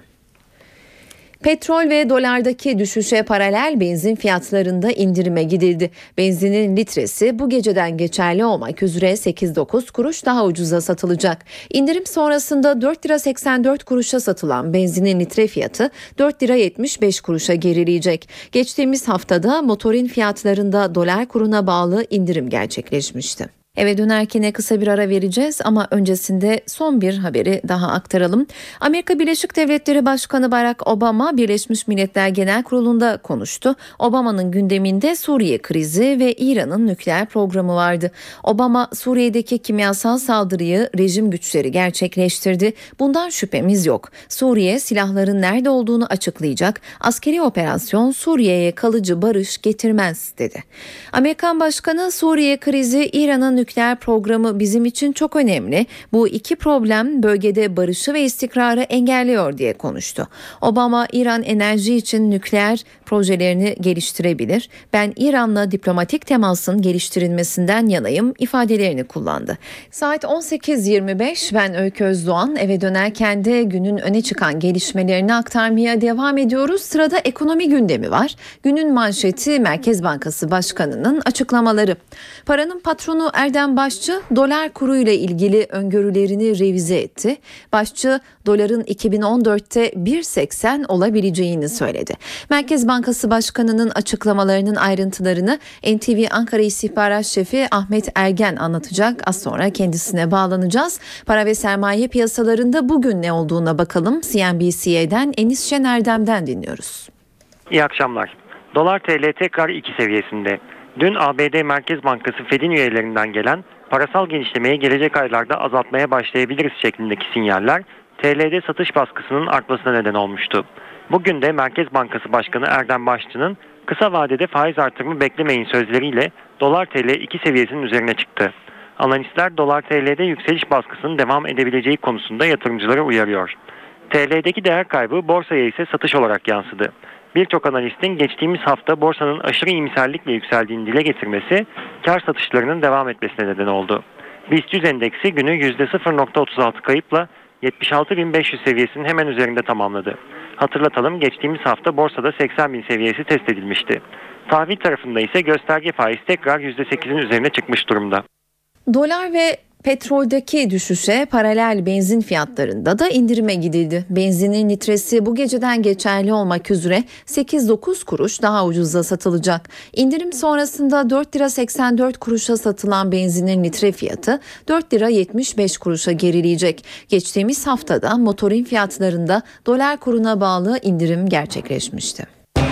Petrol ve dolardaki düşüşe paralel benzin fiyatlarında indirime gidildi. Benzinin litresi bu geceden geçerli olmak üzere sekiz dokuz kuruş daha ucuza satılacak. İndirim sonrasında dört lira seksen dört kuruşa satılan benzinin litre fiyatı dört lira yetmiş beş kuruşa gerileyecek. Geçtiğimiz haftada motorin fiyatlarında dolar kuruna bağlı indirim gerçekleşmişti. Eve dönerken kısa bir ara vereceğiz ama öncesinde son bir haberi daha aktaralım. Amerika Birleşik Devletleri Başkanı Barack Obama Birleşmiş Milletler Genel Kurulu'nda konuştu. Obama'nın gündeminde Suriye krizi ve İran'ın nükleer programı vardı. Obama Suriye'deki kimyasal saldırıyı rejim güçleri gerçekleştirdi. Bundan şüphemiz yok. Suriye silahların nerede olduğunu açıklayacak. Askeri operasyon Suriye'ye kalıcı barış getirmez dedi. Amerikan Başkanı Suriye krizi, İran'ın nükleer programı bizim için çok önemli. Bu iki problem bölgede barışı ve istikrarı engelliyor diye konuştu. Obama, İran enerji için nükleer projelerini geliştirebilir. Ben İran'la diplomatik temasın geliştirilmesinden yanayım ifadelerini kullandı. Saat on sekiz yirmi beş, ben Öykü Özdoğan. Eve dönerken de günün öne çıkan gelişmelerini aktarmaya devam ediyoruz. Sırada ekonomi gündemi var. Günün manşeti Merkez Bankası Başkanı'nın açıklamaları. Paranın patronu Erdem Başçı dolar kuru ile ilgili öngörülerini revize etti. Başçı doların iki bin on dörtte bir virgül seksen olabileceğini söyledi. Merkez Bankası Başkanı'nın açıklamalarının ayrıntılarını N T V Ankara İstihbarat Şefi Ahmet Ergen anlatacak. Az sonra kendisine bağlanacağız. Para ve sermaye piyasalarında bugün ne olduğuna bakalım. C N B C'den Enis Şen Erdem'den dinliyoruz. İyi akşamlar. Dolar T L tekrar iki seviyesinde. Dün A B D Merkez Bankası Fed'in üyelerinden gelen parasal genişlemeyi gelecek aylarda azaltmaya başlayabiliriz şeklindeki sinyaller T L'de satış baskısının artmasına neden olmuştu. Bugün de Merkez Bankası Başkanı Erdem Başçı'nın kısa vadede faiz artırımı beklemeyin sözleriyle dolar T L iki seviyesinin üzerine çıktı. Analistler dolar T L'de yükseliş baskısının devam edebileceği konusunda yatırımcıları uyarıyor. T L'deki değer kaybı borsaya ise satış olarak yansıdı. Birçok analistin geçtiğimiz hafta borsanın aşırı iyimserlikle yükseldiğini dile getirmesi kar satışlarının devam etmesine neden oldu. BIST yüz endeksi günü yüzde sıfır virgül otuz altı kayıpla yetmiş altı bin beş yüz seviyesinin hemen üzerinde tamamladı. Hatırlatalım, geçtiğimiz hafta borsada seksen bin seviyesi test edilmişti. Tahvil tarafında ise gösterge faiz tekrar yüzde sekizin üzerine çıkmış durumda. Dolar ve petroldeki düşüşe paralel benzin fiyatlarında da indirime gidildi. Benzinin litresi bu geceden geçerli olmak üzere sekiz dokuz kuruş daha ucuza satılacak. İndirim sonrasında dört lira seksen dört kuruşa satılan benzinin litre fiyatı dört lira yetmiş beş kuruşa gerileyecek. Geçtiğimiz haftada motorin fiyatlarında dolar kuruna bağlı indirim gerçekleşmişti.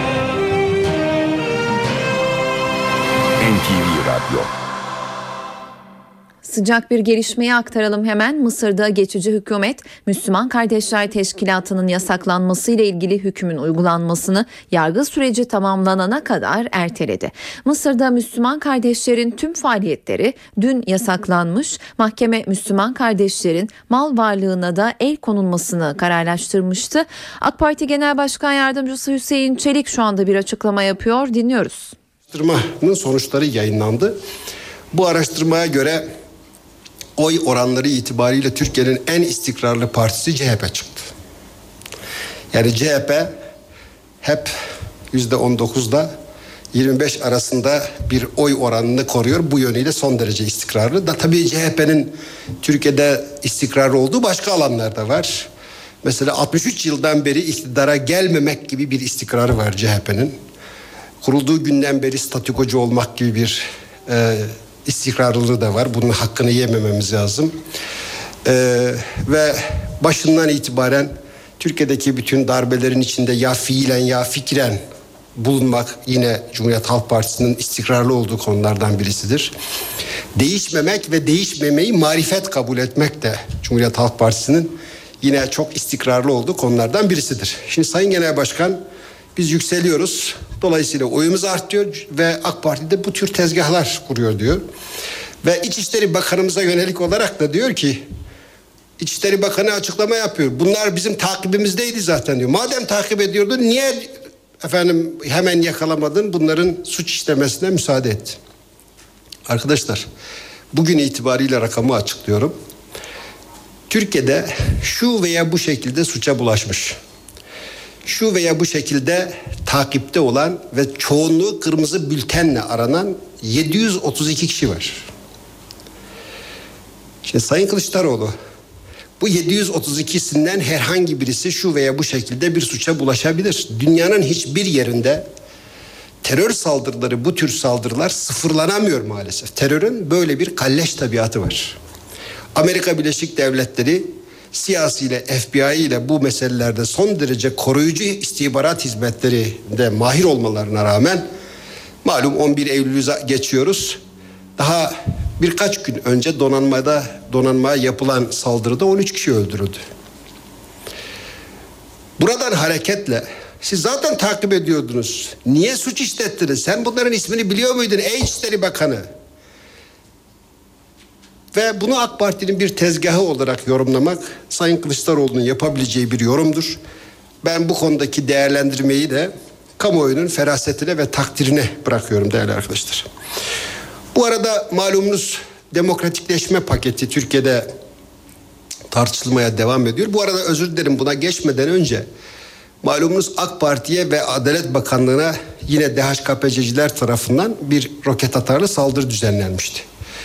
N T V Radyo. Sıcak bir gelişmeyi aktaralım hemen. Mısır'da geçici hükümet Müslüman Kardeşler Teşkilatı'nın yasaklanması ile ilgili hükmün uygulanmasını yargı süreci tamamlanana kadar erteledi. Mısır'da Müslüman kardeşlerin tüm faaliyetleri dün yasaklanmış. Mahkeme Müslüman kardeşlerin mal varlığına da el konulmasını kararlaştırmıştı. AK Parti Genel Başkan Yardımcısı Hüseyin Çelik şu anda bir açıklama yapıyor. Dinliyoruz. Araştırmanın sonuçları yayınlandı. Bu araştırmaya göre oy oranları itibariyle Türkiye'nin en istikrarlı partisi C H P çıktı. Yani C H P hep yüzde on dokuzda yirmi beş arasında bir oy oranını koruyor. Bu yönüyle son derece istikrarlı. Da tabii C H P'nin Türkiye'de istikrarlı olduğu başka alanlarda var. Mesela altmış üç yıldan beri iktidara gelmemek gibi bir istikrarı var C H P'nin. Kurulduğu günden beri statükocu olmak gibi bir e, istikrarlılığı da var. Bunun hakkını yemememiz lazım. Ee, ve başından itibaren Türkiye'deki bütün darbelerin içinde ya fiilen ya fikren bulunmak yine Cumhuriyet Halk Partisi'nin istikrarlı olduğu konulardan birisidir. Değişmemek ve değişmemeyi marifet kabul etmek de Cumhuriyet Halk Partisi'nin yine çok istikrarlı olduğu konulardan birisidir. Şimdi Sayın Genel Başkan, biz yükseliyoruz. Dolayısıyla oyumuz artıyor ve AK Parti'de bu tür tezgahlar kuruyor diyor. Ve İçişleri Bakanımıza yönelik olarak da diyor ki, İçişleri Bakanı açıklama yapıyor. Bunlar bizim takibimizdeydi zaten diyor. Madem takip ediyordun niye efendim hemen yakalamadın, bunların suç işlemesine müsaade etti. Arkadaşlar, bugün itibariyle rakamı açıklıyorum. Türkiye'de şu veya bu şekilde suça bulaşmış, şu veya bu şekilde takipte olan ve çoğunluğu kırmızı bültenle aranan yedi yüz otuz iki kişi var. Şimdi Sayın Kılıçdaroğlu, bu yedi yüz otuz ikisinden herhangi birisi şu veya bu şekilde bir suça bulaşabilir. Dünyanın hiçbir yerinde terör saldırıları, bu tür saldırılar sıfırlanamıyor maalesef. Terörün böyle bir kalleş tabiatı var. Amerika Birleşik Devletleri siyasiyle, F B I ile bu meselelerde son derece koruyucu istihbarat hizmetlerinde mahir olmalarına rağmen malum on bir Eylül'ü geçiyoruz. Daha birkaç gün önce donanmada donanmaya yapılan saldırıda on üç kişi öldürüldü. Buradan hareketle siz zaten takip ediyordunuz. Niye suç işlettiniz? Sen bunların ismini biliyor muydun ey İçişleri Bakanı? Ve bunu AK Parti'nin bir tezgahı olarak yorumlamak Sayın Kılıçdaroğlu'nun yapabileceği bir yorumdur. Ben bu konudaki değerlendirmeyi de kamuoyunun ferasetine ve takdirine bırakıyorum değerli arkadaşlar. Bu arada malumunuz demokratikleşme paketi Türkiye'de tartışılmaya devam ediyor. Bu arada özür dilerim, buna geçmeden önce malumunuz AK Parti'ye ve Adalet Bakanlığı'na yine D H K P C'ciler tarafından bir roket atarlı saldırı düzenlenmişti.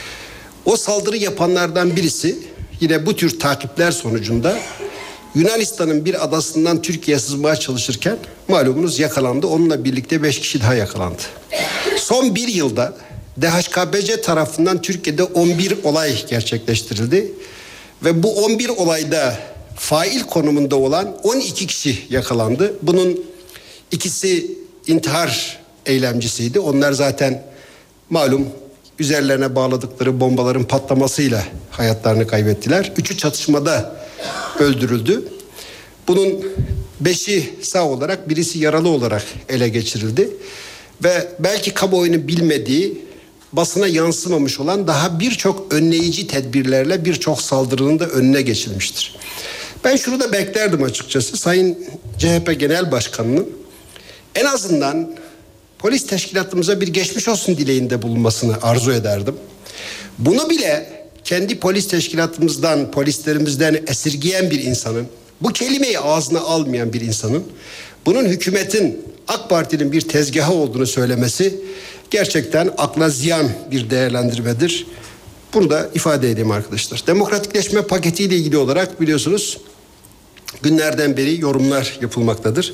O saldırı yapanlardan birisi yine bu tür takipler sonucunda Yunanistan'ın bir adasından Türkiye'ye sızmaya çalışırken malumunuz yakalandı. Onunla birlikte beş kişi daha yakalandı. Son bir yılda D H K P C tarafından Türkiye'de on bir olay gerçekleştirildi. Ve bu on bir olayda fail konumunda olan on iki kişi yakalandı. Bunun ikisi intihar eylemcisiydi. Onlar zaten malum üzerlerine bağladıkları bombaların patlamasıyla hayatlarını kaybettiler. Üçü çatışmada öldürüldü. Bunun beşi sağ olarak, birisi yaralı olarak ele geçirildi. Ve belki kamuoyunun bilmediği, basına yansımamış olan daha birçok önleyici tedbirlerle birçok saldırının da önüne geçilmiştir. Ben şunu da beklerdim açıkçası. Sayın C H P Genel Başkanı'nın en azından polis teşkilatımıza bir geçmiş olsun dileğinde bulunmasını arzu ederdim. Bunu bile kendi polis teşkilatımızdan, polislerimizden esirgeyen bir insanın, bu kelimeyi ağzına almayan bir insanın, bunun hükümetin, AK Parti'nin bir tezgahı olduğunu söylemesi gerçekten akla ziyan bir değerlendirmedir. Bunu da ifade edeyim arkadaşlar. Demokratikleşme paketiyle ilgili olarak biliyorsunuz günlerden beri yorumlar yapılmaktadır.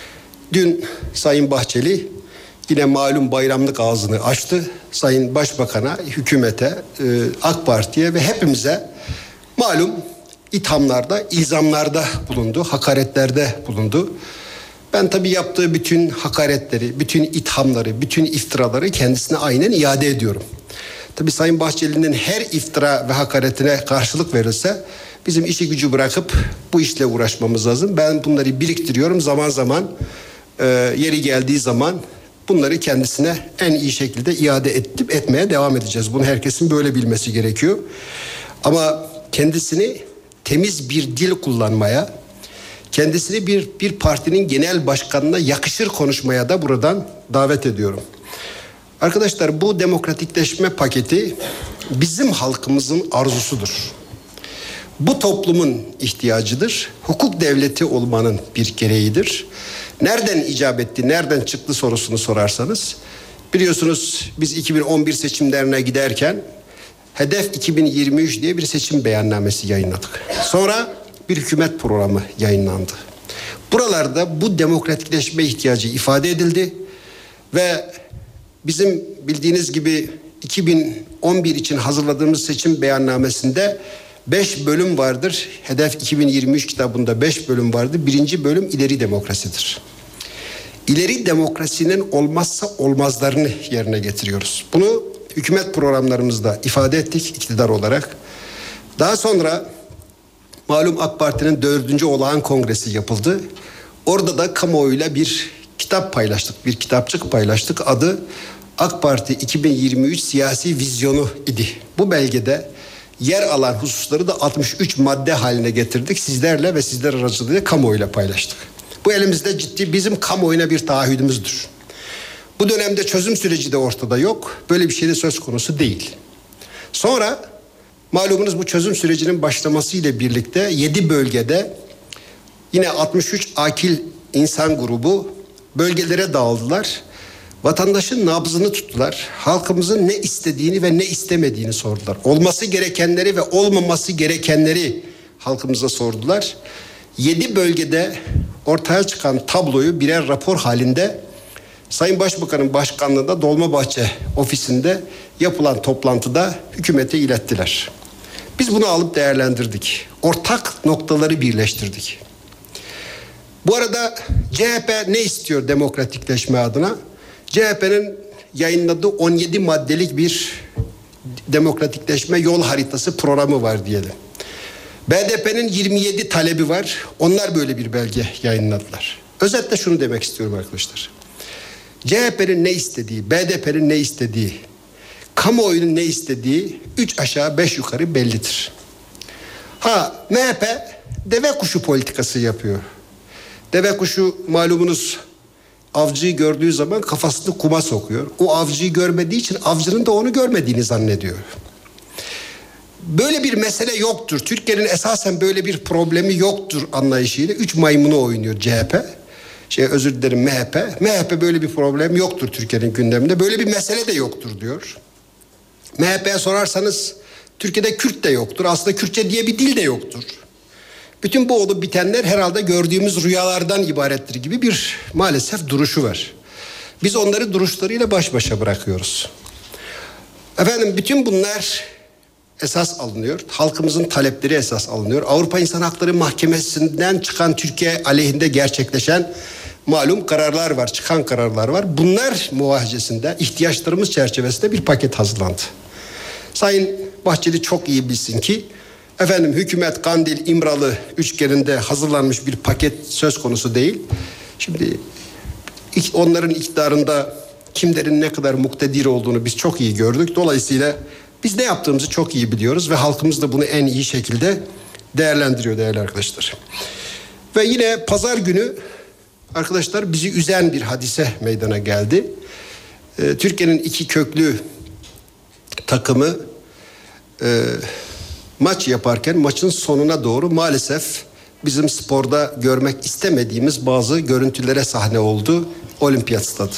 Dün Sayın Bahçeli yine malum bayramlık ağzını açtı. Sayın Başbakan'a, hükümete, AK Parti'ye ve hepimize malum ithamlarda, ilzamlarda bulundu, hakaretlerde bulundu. Ben tabii yaptığı bütün hakaretleri, bütün ithamları, bütün iftiraları kendisine aynen iade ediyorum. Tabii Sayın Bahçeli'nin her iftira ve hakaretine karşılık verilse bizim işi gücü bırakıp bu işle uğraşmamız lazım. Ben bunları biriktiriyorum, zaman zaman e, yeri geldiği zaman bunları kendisine en iyi şekilde iade edip etmeye devam edeceğiz. Bunu herkesin böyle bilmesi gerekiyor. Ama kendisini temiz bir dil kullanmaya, kendisini bir bir partinin genel başkanına yakışır konuşmaya da buradan davet ediyorum. Arkadaşlar, bu demokratikleşme paketi bizim halkımızın arzusudur. Bu toplumun ihtiyacıdır. Hukuk devleti olmanın bir gereğidir. Nereden icap etti, nereden çıktı sorusunu sorarsanız, biliyorsunuz biz iki bin on bir seçimlerine giderken Hedef iki bin yirmi üç diye bir seçim beyannamesi yayınladık. Sonra bir hükümet programı yayınlandı. Buralarda bu demokratikleşme ihtiyacı ifade edildi ve bizim bildiğiniz gibi iki bin on bir için hazırladığımız seçim beyannamesinde beş bölüm vardır. Hedef iki bin yirmi üç kitabında beş bölüm vardı. Birinci bölüm ileri demokrasidir. İleri demokrasinin olmazsa olmazlarını yerine getiriyoruz. Bunu hükümet programlarımızda ifade ettik iktidar olarak. Daha sonra malum AK Parti'nin dördüncü olağan kongresi yapıldı. Orada da kamuoyuyla bir kitap paylaştık, bir kitapçık paylaştık. Adı AK Parti iki bin yirmi üç Siyasi Vizyonu idi. Bu belgede yer alan hususları da altmış üç madde haline getirdik. Sizlerle ve sizler aracılığıyla kamuoyuyla paylaştık. Bu elimizde ciddi bizim kamuoyuna bir taahhüdümüzdür. Bu dönemde çözüm süreci de ortada yok. Böyle bir şey de söz konusu değil. Sonra malumunuz bu çözüm sürecinin başlamasıyla birlikte yedi bölgede yine altmış üç akil insan grubu bölgelere dağıldılar. Vatandaşın nabzını tuttular. Halkımızın ne istediğini ve ne istemediğini sordular. Olması gerekenleri ve olmaması gerekenleri halkımıza sordular. Yedi bölgede ortaya çıkan tabloyu birer rapor halinde Sayın Başbakan'ın başkanlığında Dolmabahçe ofisinde yapılan toplantıda hükümete ilettiler. Biz bunu alıp değerlendirdik. Ortak noktaları birleştirdik. Bu arada C H P ne istiyor demokratikleşme adına? C H P'nin yayınladığı on yedi maddelik bir demokratikleşme yol haritası programı var diyelim. B D P'nin yirmi yedi talebi var. Onlar böyle bir belge yayınladılar. Özetle şunu demek istiyorum arkadaşlar. C H P'nin ne istediği, B D P'nin ne istediği, kamuoyunun ne istediği üç aşağı beş yukarı bellidir. Ha M H P deve kuşu politikası yapıyor. Deve kuşu malumunuz avcıyı gördüğü zaman kafasını kuma sokuyor. O avcıyı görmediği için avcının da onu görmediğini zannediyor. Böyle bir mesele yoktur. Türkiye'nin esasen böyle bir problemi yoktur anlayışıyla üç maymunu oynuyor C H P. Şey özür dilerim M H P. M H P böyle bir problem yoktur Türkiye'nin gündeminde. Böyle bir mesele de yoktur diyor. M H P'ye sorarsanız Türkiye'de Kürt de yoktur. Aslında Kürtçe diye bir dil de yoktur. Bütün bu olup bitenler herhalde gördüğümüz rüyalardan ibarettir gibi bir maalesef duruşu var. Biz onları duruşlarıyla baş başa bırakıyoruz. Efendim bütün bunlar esas alınıyor. Halkımızın talepleri esas alınıyor. Avrupa İnsan Hakları Mahkemesi'nden çıkan Türkiye aleyhinde gerçekleşen malum kararlar var, çıkan kararlar var. Bunlar muvahecesinde, ihtiyaçlarımız çerçevesinde bir paket hazırlandı. Sayın Bahçeli çok iyi bilsin ki efendim hükümet Kandil İmralı üçgeninde hazırlanmış bir paket söz konusu değil. Şimdi onların iktidarında kimlerin ne kadar muktedir olduğunu biz çok iyi gördük. Dolayısıyla biz ne yaptığımızı çok iyi biliyoruz ve halkımız da bunu en iyi şekilde değerlendiriyor değerli arkadaşlar. Ve yine pazar günü arkadaşlar bizi üzen bir hadise meydana geldi. Ee, Türkiye'nin iki köklü takımı e, maç yaparken maçın sonuna doğru maalesef bizim sporda görmek istemediğimiz bazı görüntülere sahne oldu Olimpiyat Stadı.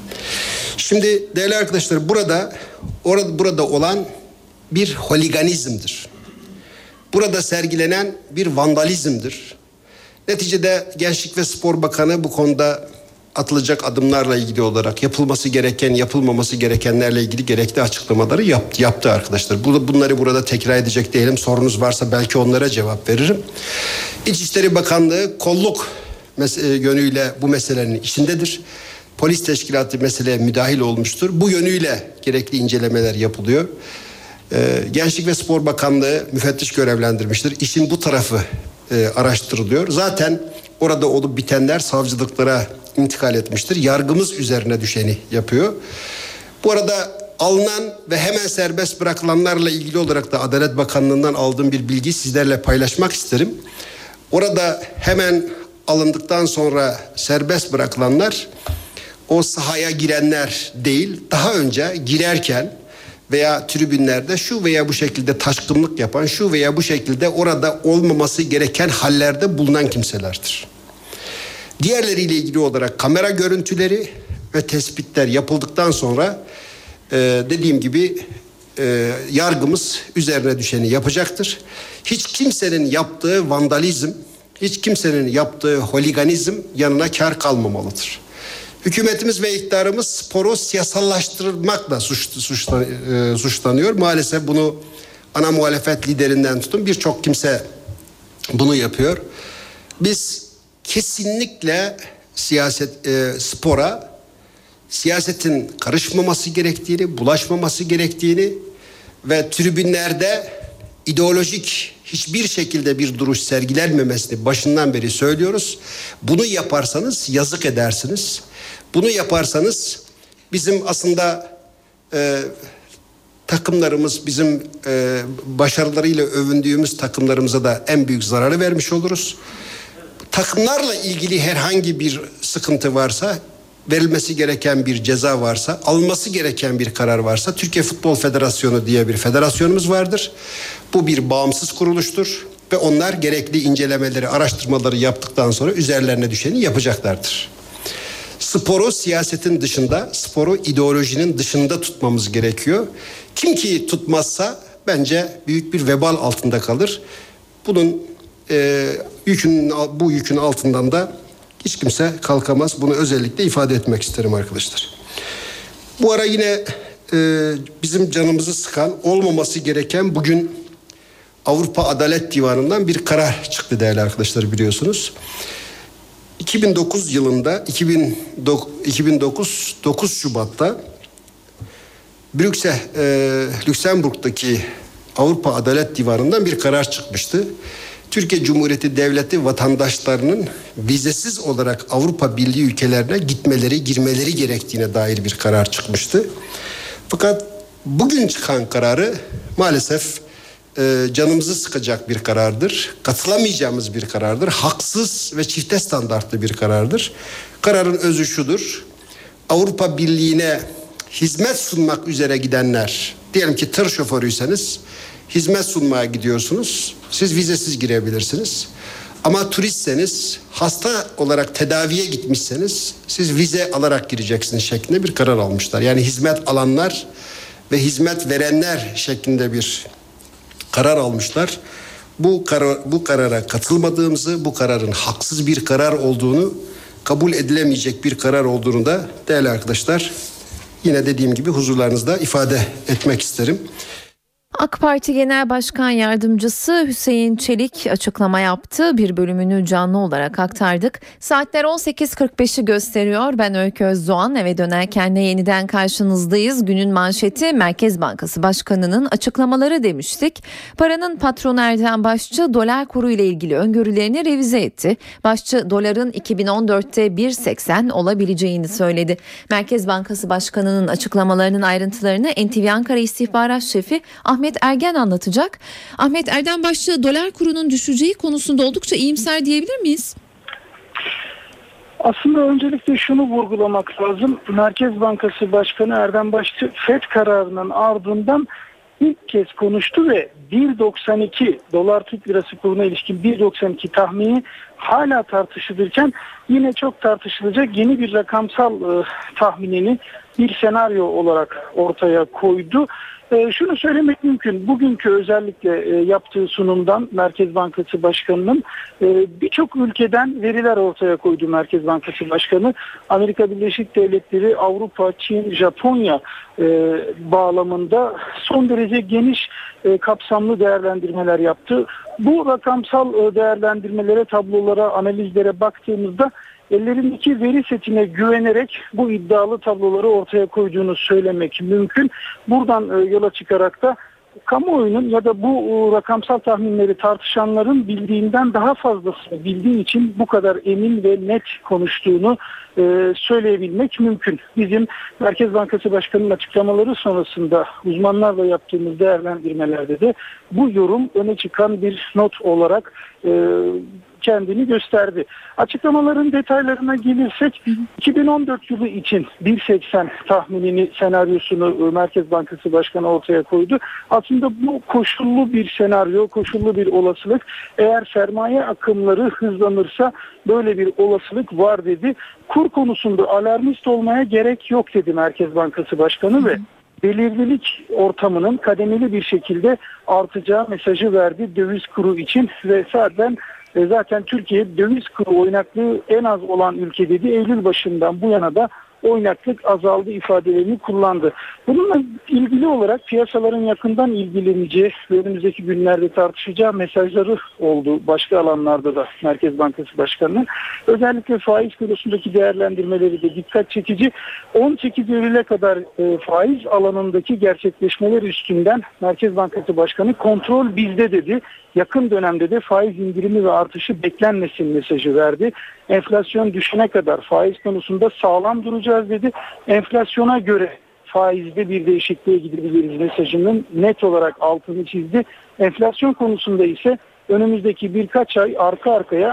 Şimdi değerli arkadaşlar burada orada burada olan bir holiganizmdir. Burada sergilenen bir vandalizmdir. Neticede Gençlik ve Spor Bakanı bu konuda atılacak adımlarla ilgili olarak yapılması gereken, yapılmaması gerekenlerle ilgili gerekli açıklamaları yaptı, yaptı arkadaşlar. Bunları burada tekrar edecek değilim. Sorunuz varsa belki onlara cevap veririm. İçişleri Bakanlığı kolluk yönüyle bu meselenin içindedir. Polis teşkilatı meseleye müdahil olmuştur. Bu yönüyle gerekli incelemeler yapılıyor. Ee, Gençlik ve Spor Bakanlığı müfettiş görevlendirmiştir. İşin bu tarafı e, araştırılıyor. Zaten orada olup bitenler savcılıklara intikal etmiştir. Yargımız üzerine düşeni yapıyor. Bu arada alınan ve hemen serbest bırakılanlarla ilgili olarak da Adalet Bakanlığı'ndan aldığım bir bilgi sizlerle paylaşmak isterim. Orada hemen alındıktan sonra serbest bırakılanlar o sahaya girenler değil, daha önce girerken veya tribünlerde şu veya bu şekilde taşkınlık yapan, şu veya bu şekilde orada olmaması gereken hallerde bulunan kimselerdir. Diğerleriyle ilgili olarak kamera görüntüleri ve tespitler yapıldıktan sonra e, dediğim gibi e, yargımız üzerine düşeni yapacaktır. Hiç kimsenin yaptığı vandalizm, hiç kimsenin yaptığı holiganizm yanına kar kalmamalıdır. Hükümetimiz ve iktidarımız sporu siyasallaştırmakla suç, suçlan, e, suçlanıyor. Maalesef bunu ana muhalefet liderinden tutun birçok kimse bunu yapıyor. Biz kesinlikle siyaset e, spora siyasetin karışmaması gerektiğini, bulaşmaması gerektiğini ve tribünlerde ideolojik hiçbir şekilde bir duruş sergilenmemesini başından beri söylüyoruz. Bunu yaparsanız yazık edersiniz. Bunu yaparsanız bizim aslında e, takımlarımız, bizim e, başarılarıyla övündüğümüz takımlarımıza da en büyük zararı vermiş oluruz. Takımlarla ilgili herhangi bir sıkıntı varsa, verilmesi gereken bir ceza varsa, alınması gereken bir karar varsa, Türkiye Futbol Federasyonu diye bir federasyonumuz vardır. Bu bir bağımsız kuruluştur ve onlar gerekli incelemeleri, araştırmaları yaptıktan sonra üzerlerine düşeni yapacaklardır. Sporu siyasetin dışında, sporu ideolojinin dışında tutmamız gerekiyor. Kim ki tutmazsa bence büyük bir vebal altında kalır. Bunun e, yükün, bu yükün altından da hiç kimse kalkamaz. Bunu özellikle ifade etmek isterim arkadaşlar. Bu ara yine e, bizim canımızı sıkan, olmaması gereken, bugün Avrupa Adalet Divanı'ndan bir karar çıktı değerli arkadaşlar, biliyorsunuz. iki bin dokuz yılında iki bin dokuz dokuz Şubat'ta Brüksel, e, Lüksemburg'daki Avrupa Adalet Divanı'ndan bir karar çıkmıştı. Türkiye Cumhuriyeti Devleti vatandaşlarının vizesiz olarak Avrupa Birliği ülkelerine gitmeleri, girmeleri gerektiğine dair bir karar çıkmıştı. Fakat bugün çıkan kararı maalesef e, canımızı sıkacak bir karardır. Katılamayacağımız bir karardır. Haksız ve çifte standartlı bir karardır. Kararın özü şudur: Avrupa Birliği'ne hizmet sunmak üzere gidenler, diyelim ki tır şoförüyseniz hizmet sunmaya gidiyorsunuz. Siz vizesiz girebilirsiniz. Ama turistseniz, hasta olarak tedaviye gitmişseniz siz vize alarak gireceksiniz şeklinde bir karar almışlar. Yani hizmet alanlar ve hizmet verenler şeklinde bir karar almışlar. Bu karar, bu karara katılmadığımızı, bu kararın haksız bir karar olduğunu, kabul edilemeyecek bir karar olduğunu da değerli arkadaşlar, yine dediğim gibi huzurlarınızda ifade etmek isterim. AK Parti Genel Başkan Yardımcısı Hüseyin Çelik açıklama yaptı. Bir bölümünü canlı olarak aktardık. Saatler on sekiz kırk beşi gösteriyor. Ben Öykü Özdoğan, eve dönerken de yeniden karşınızdayız. Günün manşeti Merkez Bankası Başkanı'nın açıklamaları demiştik. Paranın patronu Erdem Başçı dolar kuru ile ilgili öngörülerini revize etti. Başçı doların iki bin on dörtte bir virgül seksen olabileceğini söyledi. Merkez Bankası Başkanı'nın açıklamalarının ayrıntılarını N T V Ankara İstihbarat Şefi Ahmet Ergen anlatacak. Ahmet, Erdem Başçı dolar kurunun düşeceği konusunda oldukça iyimser diyebilir miyiz? Aslında öncelikle şunu vurgulamak lazım. Merkez Bankası Başkanı Erdem Başçı F E D kararının ardından ilk kez konuştu ve bir virgül doksan iki dolar Türk lirası kuruna ilişkin bir virgül doksan iki tahmini hala tartışılırken yine çok tartışılacak yeni bir rakamsal e, tahminini bir senaryo olarak ortaya koydu. E, şunu söylemek mümkün. Bugünkü özellikle e, yaptığı sunumdan Merkez Bankası Başkanı'nın e, birçok ülkeden veriler ortaya koydu Merkez Bankası Başkanı. Amerika Birleşik Devletleri, Avrupa, Çin, Japonya e, bağlamında son derece geniş e, kapsamlı değerlendirmeler yaptı. Bu rakamsal e, değerlendirmelere, tablolara, analizlere baktığımızda ellerindeki veri setine güvenerek bu iddialı tabloları ortaya koyduğunu söylemek mümkün. Buradan e, yola çıkarak da kamuoyunun ya da bu e, rakamsal tahminleri tartışanların bildiğinden daha fazlasını bildiği için bu kadar emin ve net konuştuğunu e, söyleyebilmek mümkün. Bizim Merkez Bankası Başkanı'nın açıklamaları sonrasında uzmanlarla yaptığımız değerlendirmelerde de bu yorum öne çıkan bir not olarak e, kendini gösterdi. Açıklamaların detaylarına gelirsek iki bin on dört yılı için bir virgül seksen tahminini, senaryosunu Merkez Bankası Başkanı ortaya koydu. Aslında bu koşullu bir senaryo, koşullu bir olasılık. Eğer sermaye akımları hızlanırsa böyle bir olasılık var dedi. Kur konusunda alarmist olmaya gerek yok dedi Merkez Bankası Başkanı ve belirlilik ortamının kademeli bir şekilde artacağı mesajı verdi döviz kuru için ve zaten Zaten Türkiye döviz kuru oynaklığı en az olan ülke dedi. Eylül başından bu yana da oynaklık azaldı ifadelerini kullandı. Bununla ilgili olarak piyasaların yakından ilgileneceği ve önümüzdeki günlerde tartışacağı mesajları oldu başka alanlarda da Merkez Bankası Başkanı'nın. Özellikle faiz konusundaki değerlendirmeleri de dikkat çekici. on sekiz Eylül'e kadar e, faiz alanındaki gerçekleşmeler üstünden Merkez Bankası Başkanı kontrol bizde dedi. Yakın dönemde de faiz indirimi ve artışı beklenmesin mesajı verdi. Enflasyon düşene kadar faiz konusunda sağlam duracağız dedi. Enflasyona göre faizde bir değişikliğe gidebiliriz mesajının net olarak altını çizdi. Enflasyon konusunda ise önümüzdeki birkaç ay arka arkaya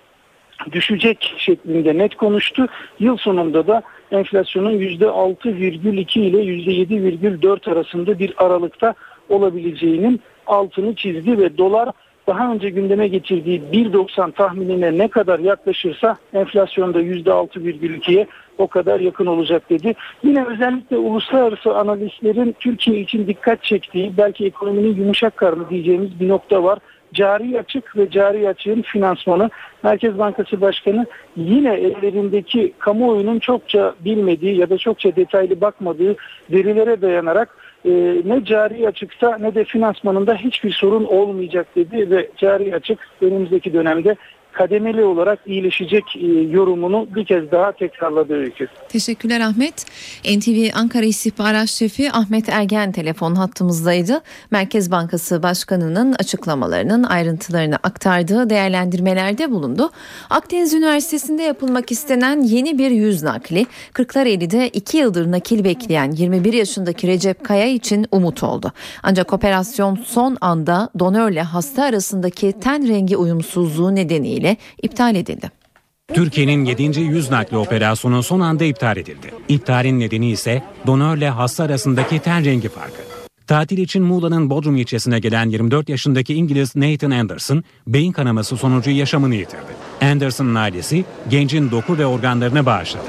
düşecek şeklinde net konuştu. Yıl sonunda da enflasyonun yüzde altı virgül iki ile yüzde yedi virgül dört arasında bir aralıkta olabileceğinin altını çizdi ve dolar daha önce gündeme getirdiği bir virgül doksan tahminine ne kadar yaklaşırsa enflasyonda yüzde altı virgül ikiye o kadar yakın olacak dedi. Yine özellikle uluslararası analistlerin Türkiye için dikkat çektiği, belki ekonominin yumuşak karnı diyeceğimiz bir nokta var. Cari açık ve cari açığın finansmanı. Merkez Bankası Başkanı yine ellerindeki kamuoyunun çokça bilmediği ya da çokça detaylı bakmadığı verilere dayanarak e, ne cari açıkta ne de finansmanında hiçbir sorun olmayacak dedi ve cari açık önümüzdeki dönemde kademeli olarak iyileşecek e, yorumunu bir kez daha tekrarladı Öykü. Teşekkürler Ahmet. N T V Ankara İstihbarat Şefi Ahmet Ergen telefon hattımızdaydı. Merkez Bankası Başkanı'nın açıklamalarının ayrıntılarını aktardığı değerlendirmelerde bulundu. Akdeniz Üniversitesi'nde yapılmak istenen yeni bir yüz nakli, Kırklareli'de iki yıldır nakil bekleyen yirmi bir yaşındaki Recep Kaya için umut oldu. Ancak operasyon son anda donörle hasta arasındaki ten rengi uyumsuzluğu nedeniyle iptal edildi. Türkiye'nin yedinci yüz nakli operasyonu son anda iptal edildi. İptalin nedeni ise donörle hasta arasındaki ten rengi farkı. Tatil için Muğla'nın Bodrum ilçesine gelen yirmi dört yaşındaki İngiliz Nathan Anderson beyin kanaması sonucu yaşamını yitirdi. Anderson'ın ailesi gencin doku ve organlarını bağışladı.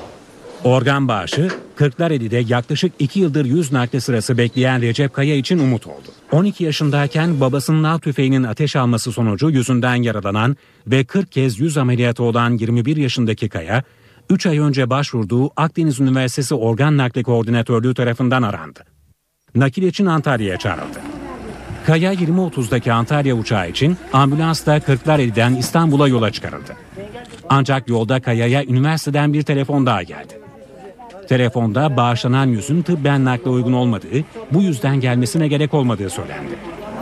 Organ bağışı Kırklareli'de yaklaşık iki yıldır yüz nakli sırası bekleyen Recep Kaya için umut oldu. on iki yaşındayken babasının av tüfeğinin ateş alması sonucu yüzünden yaralanan ve kırk kez yüz ameliyatı olan yirmi bir yaşındaki Kaya, üç ay önce başvurduğu Akdeniz Üniversitesi Organ Nakli Koordinatörlüğü tarafından arandı. Nakil için Antalya'ya çağrıldı. Kaya yirmi otuzdaki Antalya uçağı için ambulansla Kırklareli'den İstanbul'a yola çıkarıldı. Ancak yolda Kaya'ya üniversiteden bir telefon daha geldi. Telefonda bağışlanan yüzün tıbben nakle uygun olmadığı, bu yüzden gelmesine gerek olmadığı söylendi.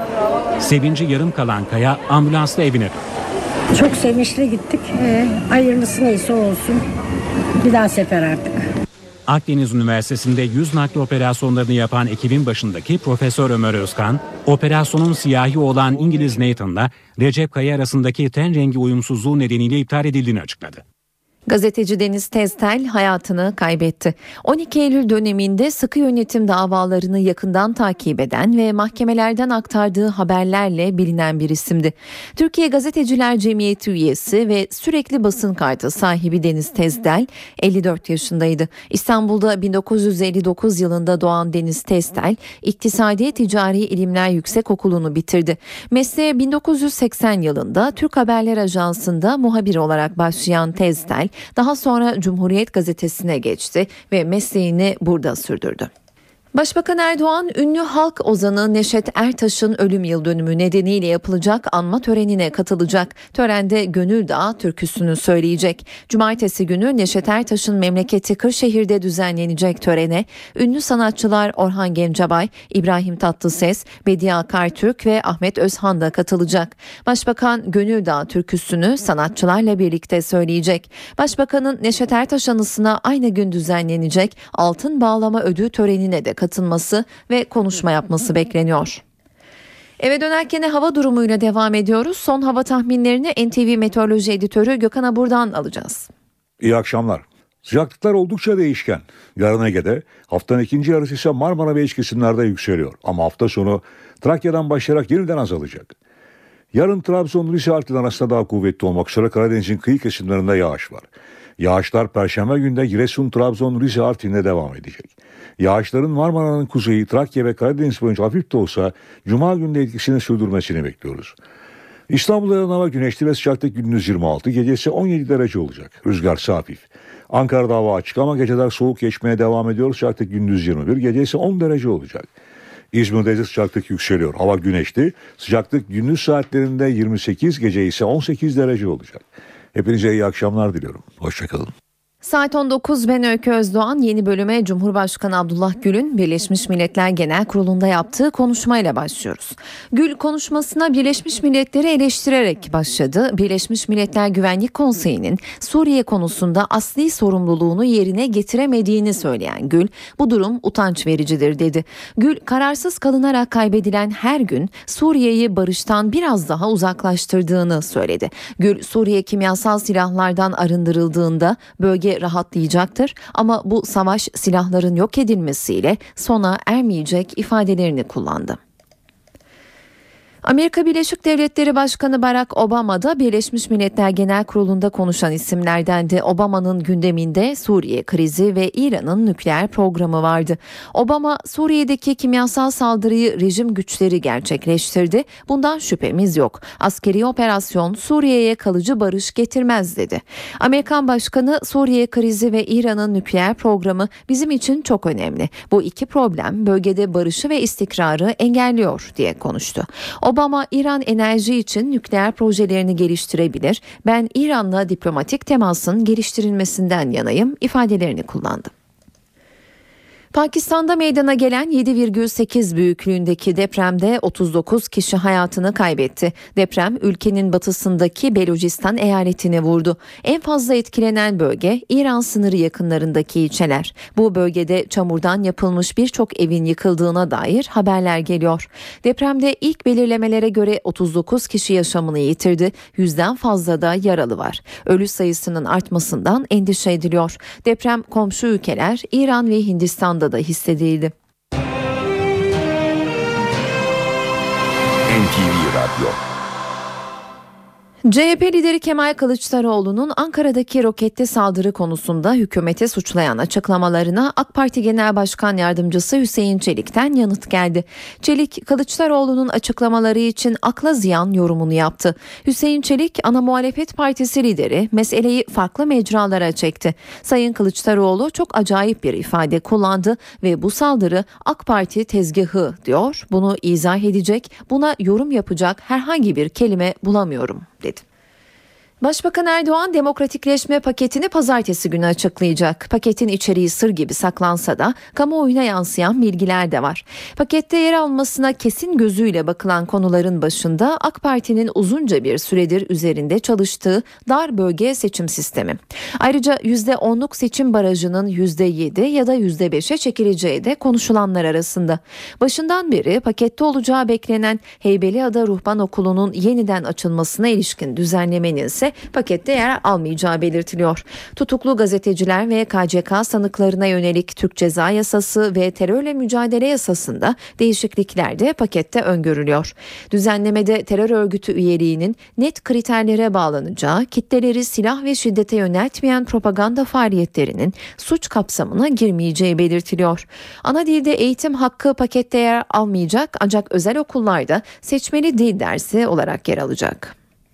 Sevinci yarım kalan Kaya ambulansla evine döndü. Çok sevinçli gittik. Ee, hayırlısı neyse olsun. Bir daha sefer artık. Akdeniz Üniversitesi'nde yüz nakli operasyonlarını yapan ekibin başındaki Profesör Ömer Özkan, operasyonun siyahi olan İngiliz Nathan'la Recep Kaya arasındaki ten rengi uyumsuzluğu nedeniyle iptal edildiğini açıkladı. Gazeteci Deniz Teztel hayatını kaybetti. on iki Eylül döneminde sıkı yönetim davalarını yakından takip eden ve mahkemelerden aktardığı haberlerle bilinen bir isimdi. Türkiye Gazeteciler Cemiyeti üyesi ve sürekli basın kartı sahibi Deniz Teztel elli dört yaşındaydı. İstanbul'da bin dokuz yüz elli dokuz yılında doğan Deniz Teztel, İktisadi Ticari İlimler Yüksekokulu'nu bitirdi. Mesleğe bin dokuz yüz seksen yılında Türk Haberler Ajansı'nda muhabir olarak başlayan Teztel, daha sonra Cumhuriyet Gazetesi'ne geçti ve mesleğini burada sürdürdü. Başbakan Erdoğan, ünlü halk ozanı Neşet Ertaş'ın ölüm yıl dönümü nedeniyle yapılacak anma törenine katılacak. Törende Gönül Dağı türküsünü söyleyecek. Cumartesi günü Neşet Ertaş'ın memleketi Kırşehir'de düzenlenecek törene ünlü sanatçılar Orhan Gencebay, İbrahim Tatlıses, Bediye Akartürk ve Ahmet Özhan da katılacak. Başbakan Gönül Dağı türküsünü sanatçılarla birlikte söyleyecek. Başbakanın Neşet Ertaş anısına aynı gün düzenlenecek altın bağlama ödül törenine de katılacak. katılması ve konuşma yapması bekleniyor. Eve dönerken hava durumuyla devam ediyoruz. Son hava tahminlerini N T V Meteoroloji Editörü Gökhan Abur'dan alacağız. İyi akşamlar. Sıcaklıklar oldukça değişken. Yarın Ege'de, haftanın ikinci yarısı ise Marmara ve iç kesimlerde yükseliyor. Ama hafta sonu Trakya'dan başlayarak yeniden azalacak. Yarın Trabzon, Rize, Artvin arasında daha kuvvetli olmak üzere Karadeniz'in kıyı kesimlerinde yağış var. Yağışlar Perşembe günde Giresun, Trabzon, Rize, Artvin'de devam edecek. Yağışların Marmara'nın kuzeyi, Trakya ve Karadeniz boyunca hafif de olsa Cuma günde etkisini sürdürmesini bekliyoruz. İstanbul'da yarın hava güneşli ve sıcaklık gündüz yirmi altı, gecesi on yedi derece olacak. Rüzgar hafif. Ankara'da hava açık ama geceler soğuk geçmeye devam ediyor. Sıcaklık gündüz yirmi bir, gecesi on derece olacak. İzmir'de ise sıcaklık yükseliyor. Hava güneşli. Sıcaklık gündüz saatlerinde yirmi sekiz, gece ise on sekiz derece olacak. Hepinize iyi akşamlar diliyorum. Hoşçakalın. Saat on dokuz, ben Öykü Özdoğan. Yeni bölüme Cumhurbaşkanı Abdullah Gül'ün Birleşmiş Milletler Genel Kurulu'nda yaptığı konuşmayla başlıyoruz. Gül konuşmasına Birleşmiş Milletler'i eleştirerek başladı. Birleşmiş Milletler Güvenlik Konseyi'nin Suriye konusunda asli sorumluluğunu yerine getiremediğini söyleyen Gül, bu durum utanç vericidir dedi. Gül, kararsız kalınarak kaybedilen her gün Suriye'yi barıştan biraz daha uzaklaştırdığını söyledi. Gül, Suriye kimyasal silahlardan arındırıldığında bölge rahatlayacaktır ama bu savaş silahların yok edilmesiyle sona ermeyecek ifadelerini kullandı. Amerika Birleşik Devletleri Başkanı Barack Obama da Birleşmiş Milletler Genel Kurulu'nda konuşan isimlerdendi. Obama'nın gündeminde Suriye krizi ve İran'ın nükleer programı vardı. Obama, Suriye'deki kimyasal saldırıyı rejim güçleri gerçekleştirdi. Bundan şüphemiz yok. Askeri operasyon Suriye'ye kalıcı barış getirmez dedi. Amerikan Başkanı, Suriye krizi ve İran'ın nükleer programı bizim için çok önemli. Bu iki problem bölgede barışı ve istikrarı engelliyor diye konuştu. Obama, İran enerji için nükleer projelerini geliştirebilir, ben İran'la diplomatik temasın geliştirilmesinden yanayım ifadelerini kullandı. Pakistan'da meydana gelen yedi virgül sekiz büyüklüğündeki depremde otuz dokuz kişi hayatını kaybetti. Deprem ülkenin batısındaki Belucistan eyaletini vurdu. En fazla etkilenen bölge İran sınırı yakınlarındaki ilçeler. Bu bölgede çamurdan yapılmış birçok evin yıkıldığına dair haberler geliyor. Depremde ilk belirlemelere göre otuz dokuz kişi yaşamını yitirdi. Yüzden fazla da yaralı var. Ölü sayısının artmasından endişe ediliyor. Deprem komşu ülkeler İran ve Hindistan'da da hissedildi. N T V Radyo. C H P lideri Kemal Kılıçdaroğlu'nun Ankara'daki roketli saldırı konusunda hükümeti suçlayan açıklamalarına AK Parti Genel Başkan Yardımcısı Hüseyin Çelik'ten yanıt geldi. Çelik, Kılıçdaroğlu'nun açıklamaları için akla ziyan yorumunu yaptı. Hüseyin Çelik, ana muhalefet partisi lideri meseleyi farklı mecralara çekti. Sayın Kılıçdaroğlu çok acayip bir ifade kullandı ve bu saldırı AK Parti tezgahı diyor. Bunu izah edecek, buna yorum yapacak herhangi bir kelime bulamıyorum dedi. Başbakan Erdoğan demokratikleşme paketini pazartesi günü açıklayacak. Paketin içeriği sır gibi saklansa da kamuoyuna yansıyan bilgiler de var. Pakette yer almasına kesin gözüyle bakılan konuların başında AK Parti'nin uzunca bir süredir üzerinde çalıştığı dar bölge seçim sistemi. Ayrıca yüzde onluk seçim barajının yüzde yedi ya da yüzde beşe çekileceği de konuşulanlar arasında. Başından beri pakette olacağı beklenen Heybeliada Ruhban Okulu'nun yeniden açılmasına ilişkin düzenlemenin ise pakette yer almayacağı belirtiliyor. Tutuklu gazeteciler ve K C K sanıklarına yönelik Türk Ceza Yasası ve terörle mücadele yasasında değişiklikler de pakette öngörülüyor. Düzenlemede terör örgütü üyeliğinin net kriterlere bağlanacağı, kitleleri silah ve şiddete yöneltmeyen propaganda faaliyetlerinin suç kapsamına girmeyeceği belirtiliyor. Ana dilde eğitim hakkı pakette yer almayacak ancak özel okullarda seçmeli dil dersi olarak yer alacak.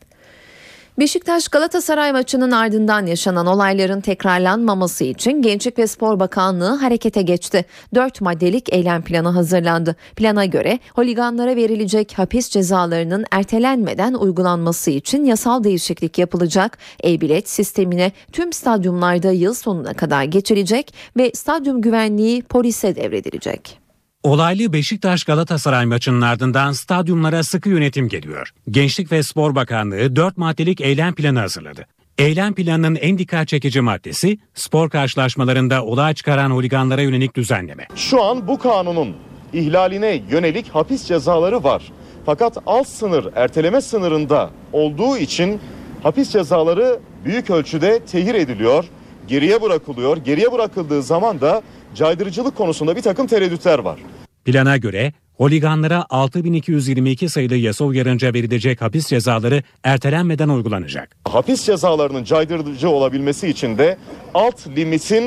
Beşiktaş Galatasaray maçının ardından yaşanan olayların tekrarlanmaması için Gençlik ve Spor Bakanlığı harekete geçti. Dört maddelik eylem planı hazırlandı. Plana göre holiganlara verilecek hapis cezalarının ertelenmeden uygulanması için yasal değişiklik yapılacak. E-bilet sistemine tüm stadyumlarda yıl sonuna kadar geçilecek ve stadyum güvenliği polise devredilecek. Olaylı Beşiktaş-Galatasaray maçının ardından stadyumlara sıkı yönetim geliyor. Gençlik ve Spor Bakanlığı dört maddelik eylem planı hazırladı. Eylem planının en dikkat çekici maddesi spor karşılaşmalarında olay çıkaran holiganlara yönelik düzenleme. Şu an bu kanunun ihlaline yönelik hapis cezaları var. Fakat alt sınır erteleme sınırında olduğu için hapis cezaları büyük ölçüde tehir ediliyor, geriye bırakılıyor. Geriye bırakıldığı zaman da caydırıcılık konusunda bir takım tereddütler var. Plana göre holiganlara altı bin iki yüz yirmi iki sayılı yasa uyarınca verilecek hapis cezaları ertelenmeden uygulanacak. Hapis cezalarının caydırıcı olabilmesi için de alt limitin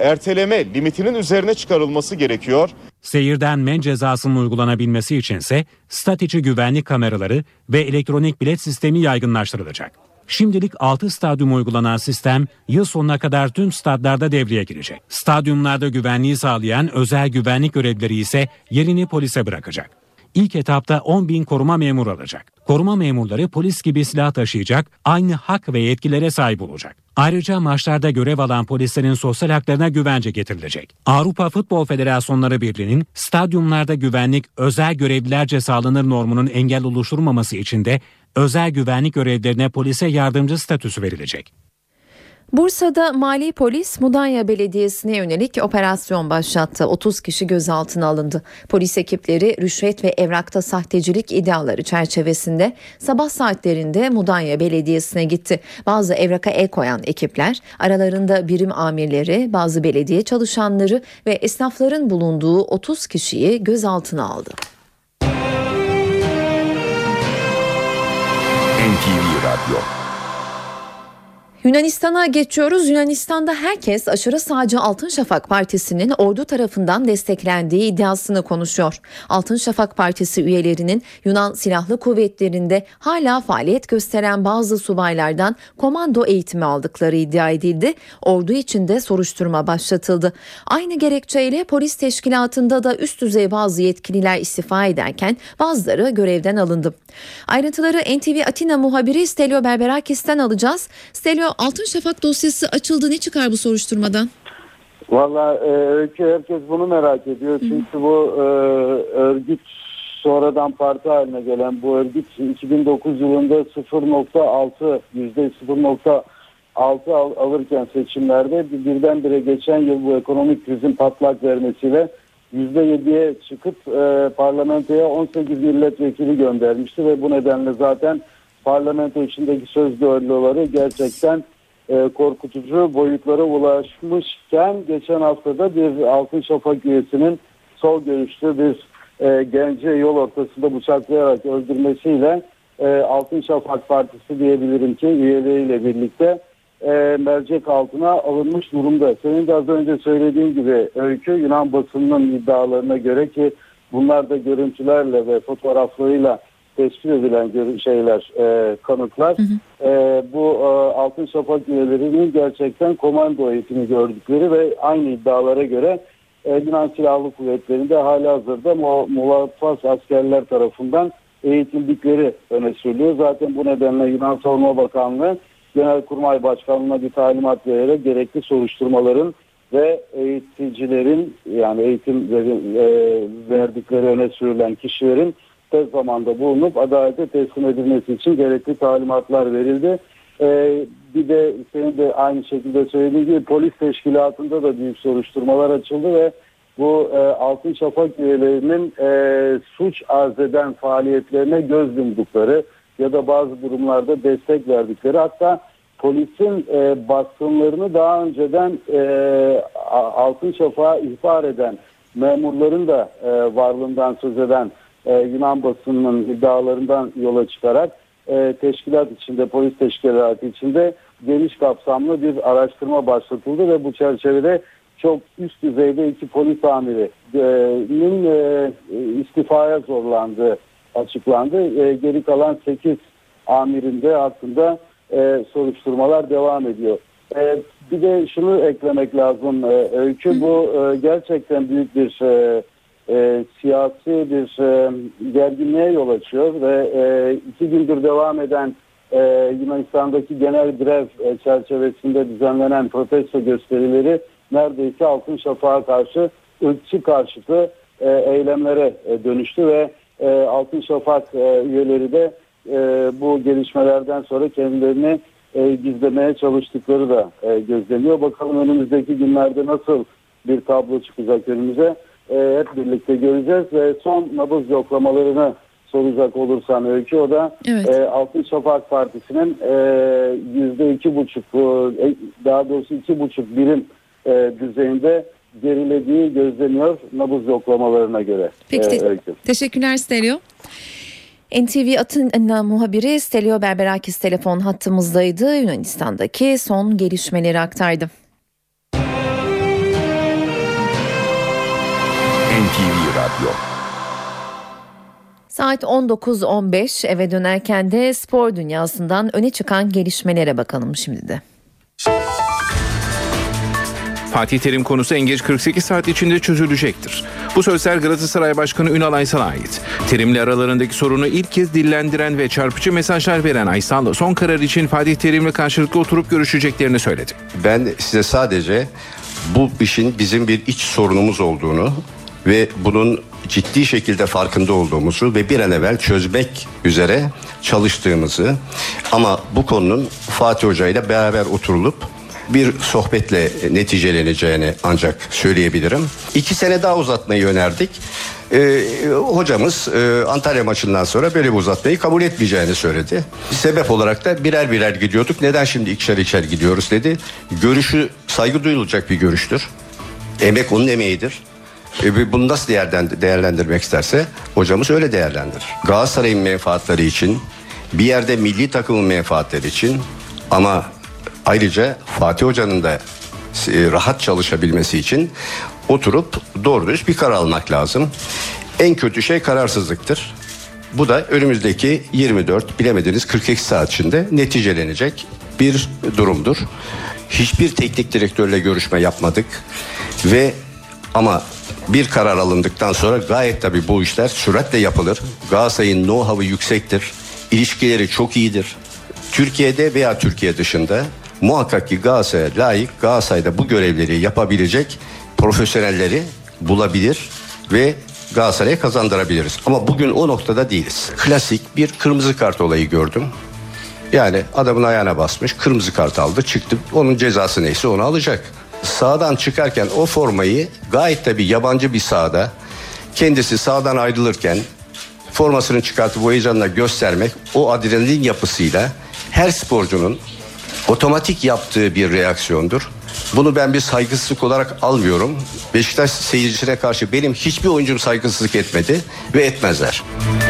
erteleme limitinin üzerine çıkarılması gerekiyor. Seyirden men cezasının uygulanabilmesi içinse statücü güvenlik kameraları ve elektronik bilet sistemi yaygınlaştırılacak. Şimdilik altı stadyum uygulanan sistem yıl sonuna kadar tüm stadlarda devreye girecek. Stadyumlarda güvenliği sağlayan özel güvenlik görevlileri ise yerini polise bırakacak. İlk etapta on bin koruma memuru alacak. Koruma memurları polis gibi silah taşıyacak, aynı hak ve yetkilere sahip olacak. Ayrıca maçlarda görev alan polislerin sosyal haklarına güvence getirilecek. Avrupa Futbol Federasyonları Birliği'nin stadyumlarda güvenlik özel görevlilerce sağlanır normunun engel oluşturmaması için de özel güvenlik görevlilerine polise yardımcı statüsü verilecek. Bursa'da Mali Polis Mudanya Belediyesi'ne yönelik operasyon başlattı. otuz kişi gözaltına alındı. Polis ekipleri rüşvet ve evrakta sahtecilik iddiaları çerçevesinde sabah saatlerinde Mudanya Belediyesi'ne gitti. Bazı evraka el koyan ekipler aralarında birim amirleri, bazı belediye çalışanları ve esnafların bulunduğu otuz kişiyi gözaltına aldı. N T V Radyo. Yunanistan'a geçiyoruz. Yunanistan'da herkes aşırı sağcı Altın Şafak Partisi'nin ordu tarafından desteklendiği iddiasını konuşuyor. Altın Şafak Partisi üyelerinin Yunan Silahlı Kuvvetleri'nde hala faaliyet gösteren bazı subaylardan komando eğitimi aldıkları iddia edildi. Ordu içinde soruşturma başlatıldı. Aynı gerekçeyle polis teşkilatında da üst düzey bazı yetkililer istifa ederken bazıları görevden alındı. Ayrıntıları N T V Atina muhabiri Stelio Berberakis'ten alacağız. Stelio, Altın Şafak dosyası açıldı. Ne çıkar bu soruşturmadan? Valla e, öykü herkes bunu merak ediyor. Hı. Çünkü bu e, örgüt sonradan parti haline gelen bu örgüt iki bin dokuz yılında sıfır nokta altı yüzde sıfır nokta altı al, alırken seçimlerde birdenbire geçen yıl bu ekonomik krizin patlak vermesiyle yüzde yediye çıkıp e, parlamentoya on sekiz milletvekili göndermişti ve bu nedenle zaten parlamento içindeki söz düelloları gerçekten e, korkutucu boyutlara ulaşmışken geçen haftada bir Altın Şafak üyesinin sol görüşlü bir e, gence yol ortasında bıçaklayarak öldürmesiyle e, Altın Şafak Partisi diyebilirim ki üyeleriyle birlikte e, mercek altına alınmış durumda. Senin de az önce söylediğin gibi öykü Yunan basınının iddialarına göre ki bunlar da görüntülerle ve fotoğraflarıyla tespit edilen şeyler, e, kanıtlar. Hı hı. E, bu e, Altın Şafak üyelerinin gerçekten komando eğitimi gördükleri ve aynı iddialara göre e, Yunan Silahlı Kuvvetleri'nde halihazırda muhafaz askerler tarafından eğitildikleri öne sürülüyor. Zaten bu nedenle Yunan Savunma Bakanlığı Genelkurmay Başkanlığı'na bir talimat vererek gerekli soruşturmaların ve eğiticilerin yani eğitim verdikleri öne sürülen kişilerin tez zamanda bulunup adalete teslim edilmesi için gerekli talimatlar verildi. Ee, bir de senin de aynı şekilde söylediğin gibi polis teşkilatında da büyük soruşturmalar açıldı ve bu e, Altın Şafak üyelerinin e, suç arz eden faaliyetlerine göz yumdukları ya da bazı durumlarda destek verdikleri, hatta polisin e, baskınlarını daha önceden e, Altın Şafak'a ihbar eden memurların da e, varlığından söz eden e, Yunan basınının iddialarından yola çıkarak e, teşkilat içinde, polis teşkilatı içinde geniş kapsamlı bir araştırma başlatıldı ve bu çerçevede çok üst düzeyde iki polis amirinin e, istifaya zorlandığı açıklandı. E, geri kalan sekiz amirin de hakkında e, soruşturmalar devam ediyor. E, bir de şunu eklemek lazım e, Öykü, bu e, gerçekten büyük bir e, e, siyasi bir e, gerginliğe yol açıyor ve e, iki gündür devam eden e, Yunanistan'daki genel grev e, çerçevesinde düzenlenen protesto gösterileri neredeyse Altın Şafak'a karşı ırkçı karşıtı e, eylemlere e, dönüştü ve e, Altın Şafak e, üyeleri de e, bu gelişmelerden sonra kendilerini e, gizlemeye çalıştıkları da e, gözleniyor. Bakalım önümüzdeki günlerde nasıl bir tablo çıkacak önümüze, e, hep birlikte göreceğiz ve son nabız yoklamalarını soracak olursan Öykü, o da evet. e, Altın Şafak Partisi'nin yüzde iki buçuk daha doğrusu iki buçuk birim e, düzeyinde gerilediği gözleniyor nabız yoklamalarına göre. Peki, te- Öykü. Teşekkürler Stelio. N T V Atina muhabiri Stelio Berberakis telefon hattımızdaydı. Yunanistan'daki son gelişmeleri aktardı. Radyo. Saat on dokuz on beş, eve dönerken de spor dünyasından öne çıkan gelişmelere bakalım şimdi de. Fatih Terim konusu en geç kırk sekiz saat içinde çözülecektir. Bu sözler Galatasaray Başkanı Ünal Aysal'a ait. Terim'le aralarındaki sorunu ilk kez dillendiren ve çarpıcı mesajlar veren Aysal, son karar için Fatih Terim'le karşılıklı oturup görüşeceklerini söyledi. Ben size sadece bu işin bizim bir iç sorunumuz olduğunu ve bunun ciddi şekilde farkında olduğumuzu ve bir an evvel çözmek üzere çalıştığımızı, ama bu konunun Fatih Hoca ile beraber oturulup bir sohbetle neticeleneceğini ancak söyleyebilirim. İki sene daha uzatmayı önerdik. Ee, hocamız e, Antalya maçından sonra böyle bir uzatmayı kabul etmeyeceğini söyledi. Sebep olarak da birer birer gidiyorduk. Neden şimdi ikişer ikişer gidiyoruz dedi. Görüşü saygı duyulacak bir görüştür. Emek onun emeğidir. E, bunu nasıl değerlendirmek isterse hocamız öyle değerlendirir. Galatasaray'ın menfaatleri için, bir yerde milli takımın menfaatleri için, ama ayrıca Fatih Hoca'nın da rahat çalışabilmesi için oturup doğru düz bir karar almak lazım. En kötü şey kararsızlıktır. Bu da önümüzdeki yirmi dört, bilemediniz kırk iki saat içinde neticelenecek bir durumdur. Hiçbir teknik direktörle görüşme yapmadık ve ama bir karar alındıktan sonra gayet tabii bu işler süratle yapılır. Galatasaray'ın know-how'ı yüksektir. İlişkileri çok iyidir. Türkiye'de veya Türkiye dışında muhakkak ki Galatasaray'a layık, Galatasaray'da bu görevleri yapabilecek profesyonelleri bulabilir ve Galatasaray'a kazandırabiliriz. Ama bugün o noktada değiliz. Klasik bir kırmızı kart olayı gördüm. Yani adamın ayağına basmış, kırmızı kart aldı, çıktı. Onun cezası neyse onu alacak. Sahadan çıkarken o formayı gayet tabii yabancı bir sahada, kendisi sahadan ayrılırken formasını çıkartıp o heyecanla göstermek, o adrenalin yapısıyla her sporcunun otomatik yaptığı bir reaksiyondur. Bunu ben bir saygısızlık olarak almıyorum. Beşiktaş seyircisine karşı benim hiçbir oyuncum saygısızlık etmedi ve etmezler.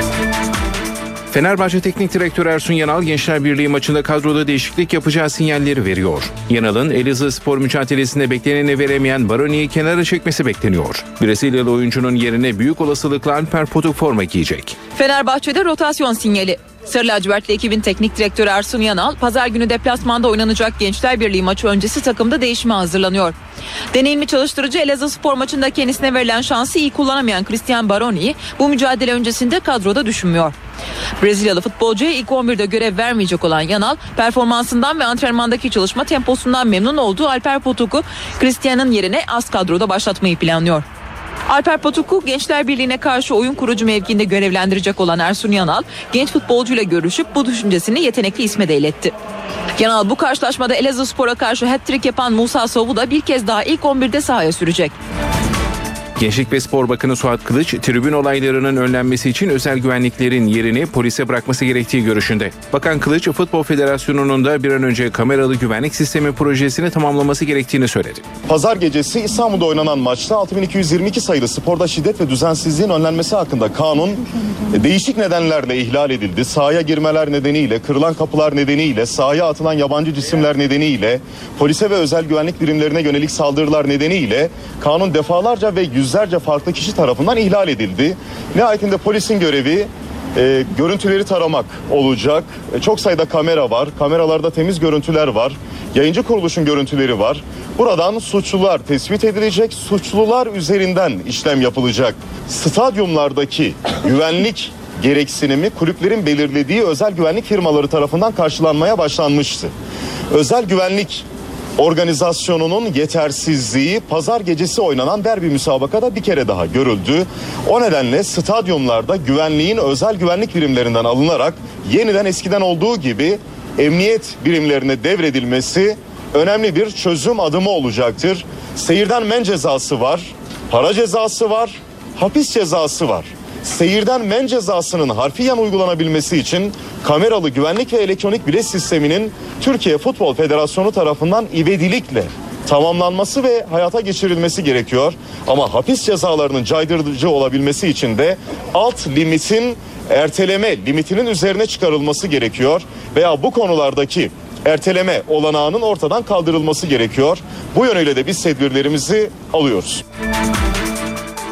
Fenerbahçe Teknik Direktörü Ersun Yanal, Gençler Birliği maçında kadroda değişiklik yapacağı sinyalleri veriyor. Yanal'ın Elazığspor mücadelesinde bekleneni veremeyen Baroni'yi kenara çekmesi bekleniyor. Brezilyalı oyuncunun yerine büyük olasılıkla Alper Potuk forma giyecek. Fenerbahçe'de rotasyon sinyali. Sarı lacivertli ekibin teknik direktörü Ersun Yanal, pazar günü deplasmanda oynanacak Gençler Birliği maçı öncesi takımda değişime hazırlanıyor. Deneyimli çalıştırıcı Elazığspor maçında kendisine verilen şansı iyi kullanamayan Cristian Baroni bu mücadele öncesinde kadroda düşünmüyor. Brezilyalı futbolcuya ilk on birde görev vermeyecek olan Yanal, performansından ve antrenmandaki çalışma temposundan memnun olduğu Alper Potuk'u Cristian'ın yerine az kadroda başlatmayı planlıyor. Alper Potuk'u Gençler Birliği'ne karşı oyun kurucu mevkiinde görevlendirecek olan Ersun Yanal, genç futbolcuyla görüşüp bu düşüncesini yetenekli isme de iletti. Yanal bu karşılaşmada Elazığspor'a karşı hat-trick yapan Musa Sov'u da bir kez daha ilk on birde sahaya sürecek. Gençlik ve Spor Bakanı Suat Kılıç, tribün olaylarının önlenmesi için özel güvenliklerin yerini polise bırakması gerektiği görüşünde. Bakan Kılıç, Futbol Federasyonu'nun da bir an önce kameralı güvenlik sistemi projesini tamamlaması gerektiğini söyledi. Pazar gecesi İstanbul'da oynanan maçta altı bin iki yüz yirmi iki sayılı sporda şiddet ve düzensizliğin önlenmesi hakkında kanun değişik nedenlerle ihlal edildi. Sahaya girmeler nedeniyle, kırılan kapılar nedeniyle, sahaya atılan yabancı cisimler nedeniyle, polise ve özel güvenlik birimlerine yönelik saldırılar nedeniyle kanun defalarca ve yüz yüzlerce farklı kişi tarafından ihlal edildi. Nihayetinde polisin görevi e, görüntüleri taramak olacak. E, çok sayıda kamera var. Kameralarda temiz görüntüler var. Yayıncı kuruluşun görüntüleri var. Buradan suçlular tespit edilecek. Suçlular üzerinden işlem yapılacak. Stadyumlardaki güvenlik gereksinimi kulüplerin belirlediği özel güvenlik firmaları tarafından karşılanmaya başlanmıştı. Özel güvenlik organizasyonunun yetersizliği pazar gecesi oynanan derbi müsabakada bir kere daha görüldü. O nedenle stadyumlarda güvenliğin özel güvenlik birimlerinden alınarak yeniden eskiden olduğu gibi emniyet birimlerine devredilmesi önemli bir çözüm adımı olacaktır. Seyirden men cezası var, para cezası var, hapis cezası var. Seyirden men cezasının harfiyen uygulanabilmesi için kameralı güvenlik ve elektronik bilet sisteminin Türkiye Futbol Federasyonu tarafından ivedilikle tamamlanması ve hayata geçirilmesi gerekiyor. Ama hapis cezalarının caydırıcı olabilmesi için de alt limitin erteleme limitinin üzerine çıkarılması gerekiyor veya bu konulardaki erteleme olanağının ortadan kaldırılması gerekiyor. Bu yönüyle de biz tedbirlerimizi alıyoruz.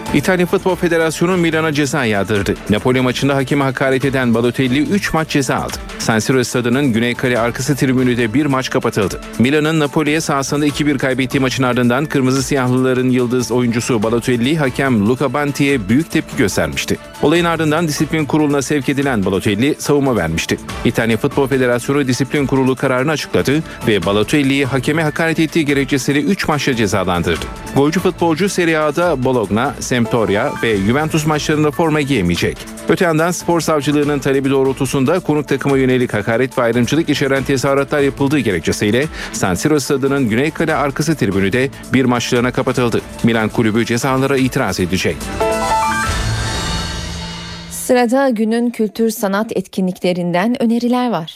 İtalya Futbol Federasyonu Milan'a ceza yağdırdı. Napoli maçında hakeme hakaret eden Balotelli üç maç ceza aldı. San Siro stadının Güney Kale arkası tribününde bir maç kapatıldı. Milan'ın Napoli'ye sahasında iki bir kaybettiği maçın ardından Kırmızı Siyahlıların yıldız oyuncusu Balotelli hakem Luca Banti'ye büyük tepki göstermişti. Olayın ardından disiplin kuruluna sevk edilen Balotelli savunma vermişti. İtalya Futbol Federasyonu disiplin kurulu kararını açıkladı ve Balotelli'yi hakeme hakaret ettiği gerekçesiyle üç maçla cezalandırdı. Golcü futbolcu Serie A'da Bologna, Sampdoria ve Juventus maçlarında forma giyemeyecek. Öte yandan spor savcılığının talebi doğrultusunda konuk takıma yönelik hakaret ve ayrımcılık içeren tezahüratlar yapıldığı gerekçesiyle San Siro stadının Güney Kale arkası tribünü de bir maçlığına kapatıldı. Milan kulübü cezalara itiraz edecek. Sırada günün kültür sanat etkinliklerinden öneriler var.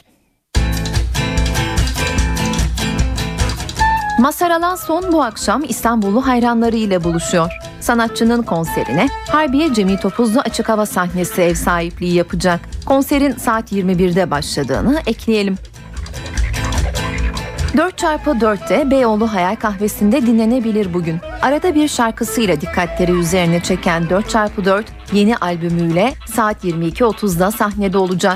Mazhar Alanson bu akşam İstanbullu hayranları ile buluşuyor. Sanatçının konserine Harbiye Cemil Topuzlu Açık Hava Sahnesi ev sahipliği yapacak. Konserin saat yirmi birde başladığını ekleyelim. dört çarpı dörtte Beyoğlu Hayal Kahvesi'nde dinlenebilir bugün. Arada bir şarkısıyla dikkatleri üzerine çeken dört çarpı dört yeni albümüyle saat yirmi iki otuzda sahnede olacak.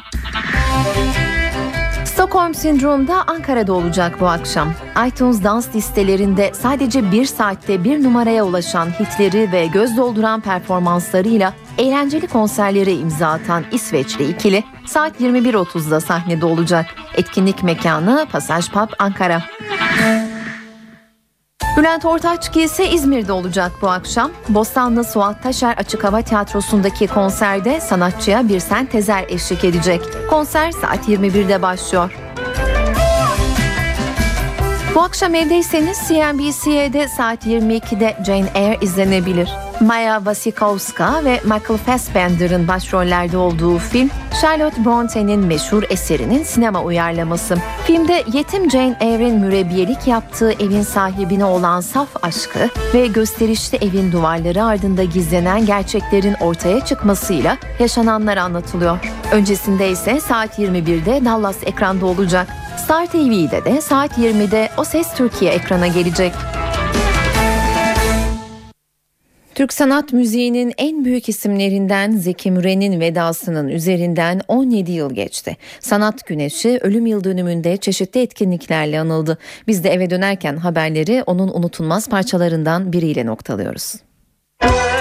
Stockholm Sindrom'da Ankara'da olacak bu akşam. iTunes dans listelerinde sadece bir saatte bir numaraya ulaşan hitleri ve göz dolduran performanslarıyla eğlenceli konserlere imza atan İsveçli ikili saat yirmi bir otuzda sahnede olacak. Etkinlik mekanı Pasaj Pub Ankara. Bülent Ortaçgil ise İzmir'de olacak bu akşam. Bostanlı Suat Taşer Açık Hava Tiyatrosu'ndaki konserde sanatçıya Birsen Tezer eşlik edecek. Konser saat yirmi birde başlıyor. Bu akşam evdeyseniz C N B C'de saat yirmi ikide Jane Eyre izlenebilir. Maya Wasikowska ve Michael Fassbender'ın başrollerde olduğu film, Charlotte Bronte'nin meşhur eserinin sinema uyarlaması. Filmde yetim Jane Eyre'in mürebbiyelik yaptığı evin sahibine olan saf aşkı ve gösterişli evin duvarları ardında gizlenen gerçeklerin ortaya çıkmasıyla yaşananlar anlatılıyor. Öncesinde ise saat yirmi birde Dallas ekranda olacak. Star T V'de de saat yirmide O Ses Türkiye ekrana gelecek. Türk sanat müziğinin en büyük isimlerinden Zeki Müren'in vedasının üzerinden on yedi yıl geçti. Sanat Güneşi ölüm yıl dönümünde çeşitli etkinliklerle anıldı. Biz de eve dönerken haberleri onun unutulmaz parçalarından biriyle noktalıyoruz.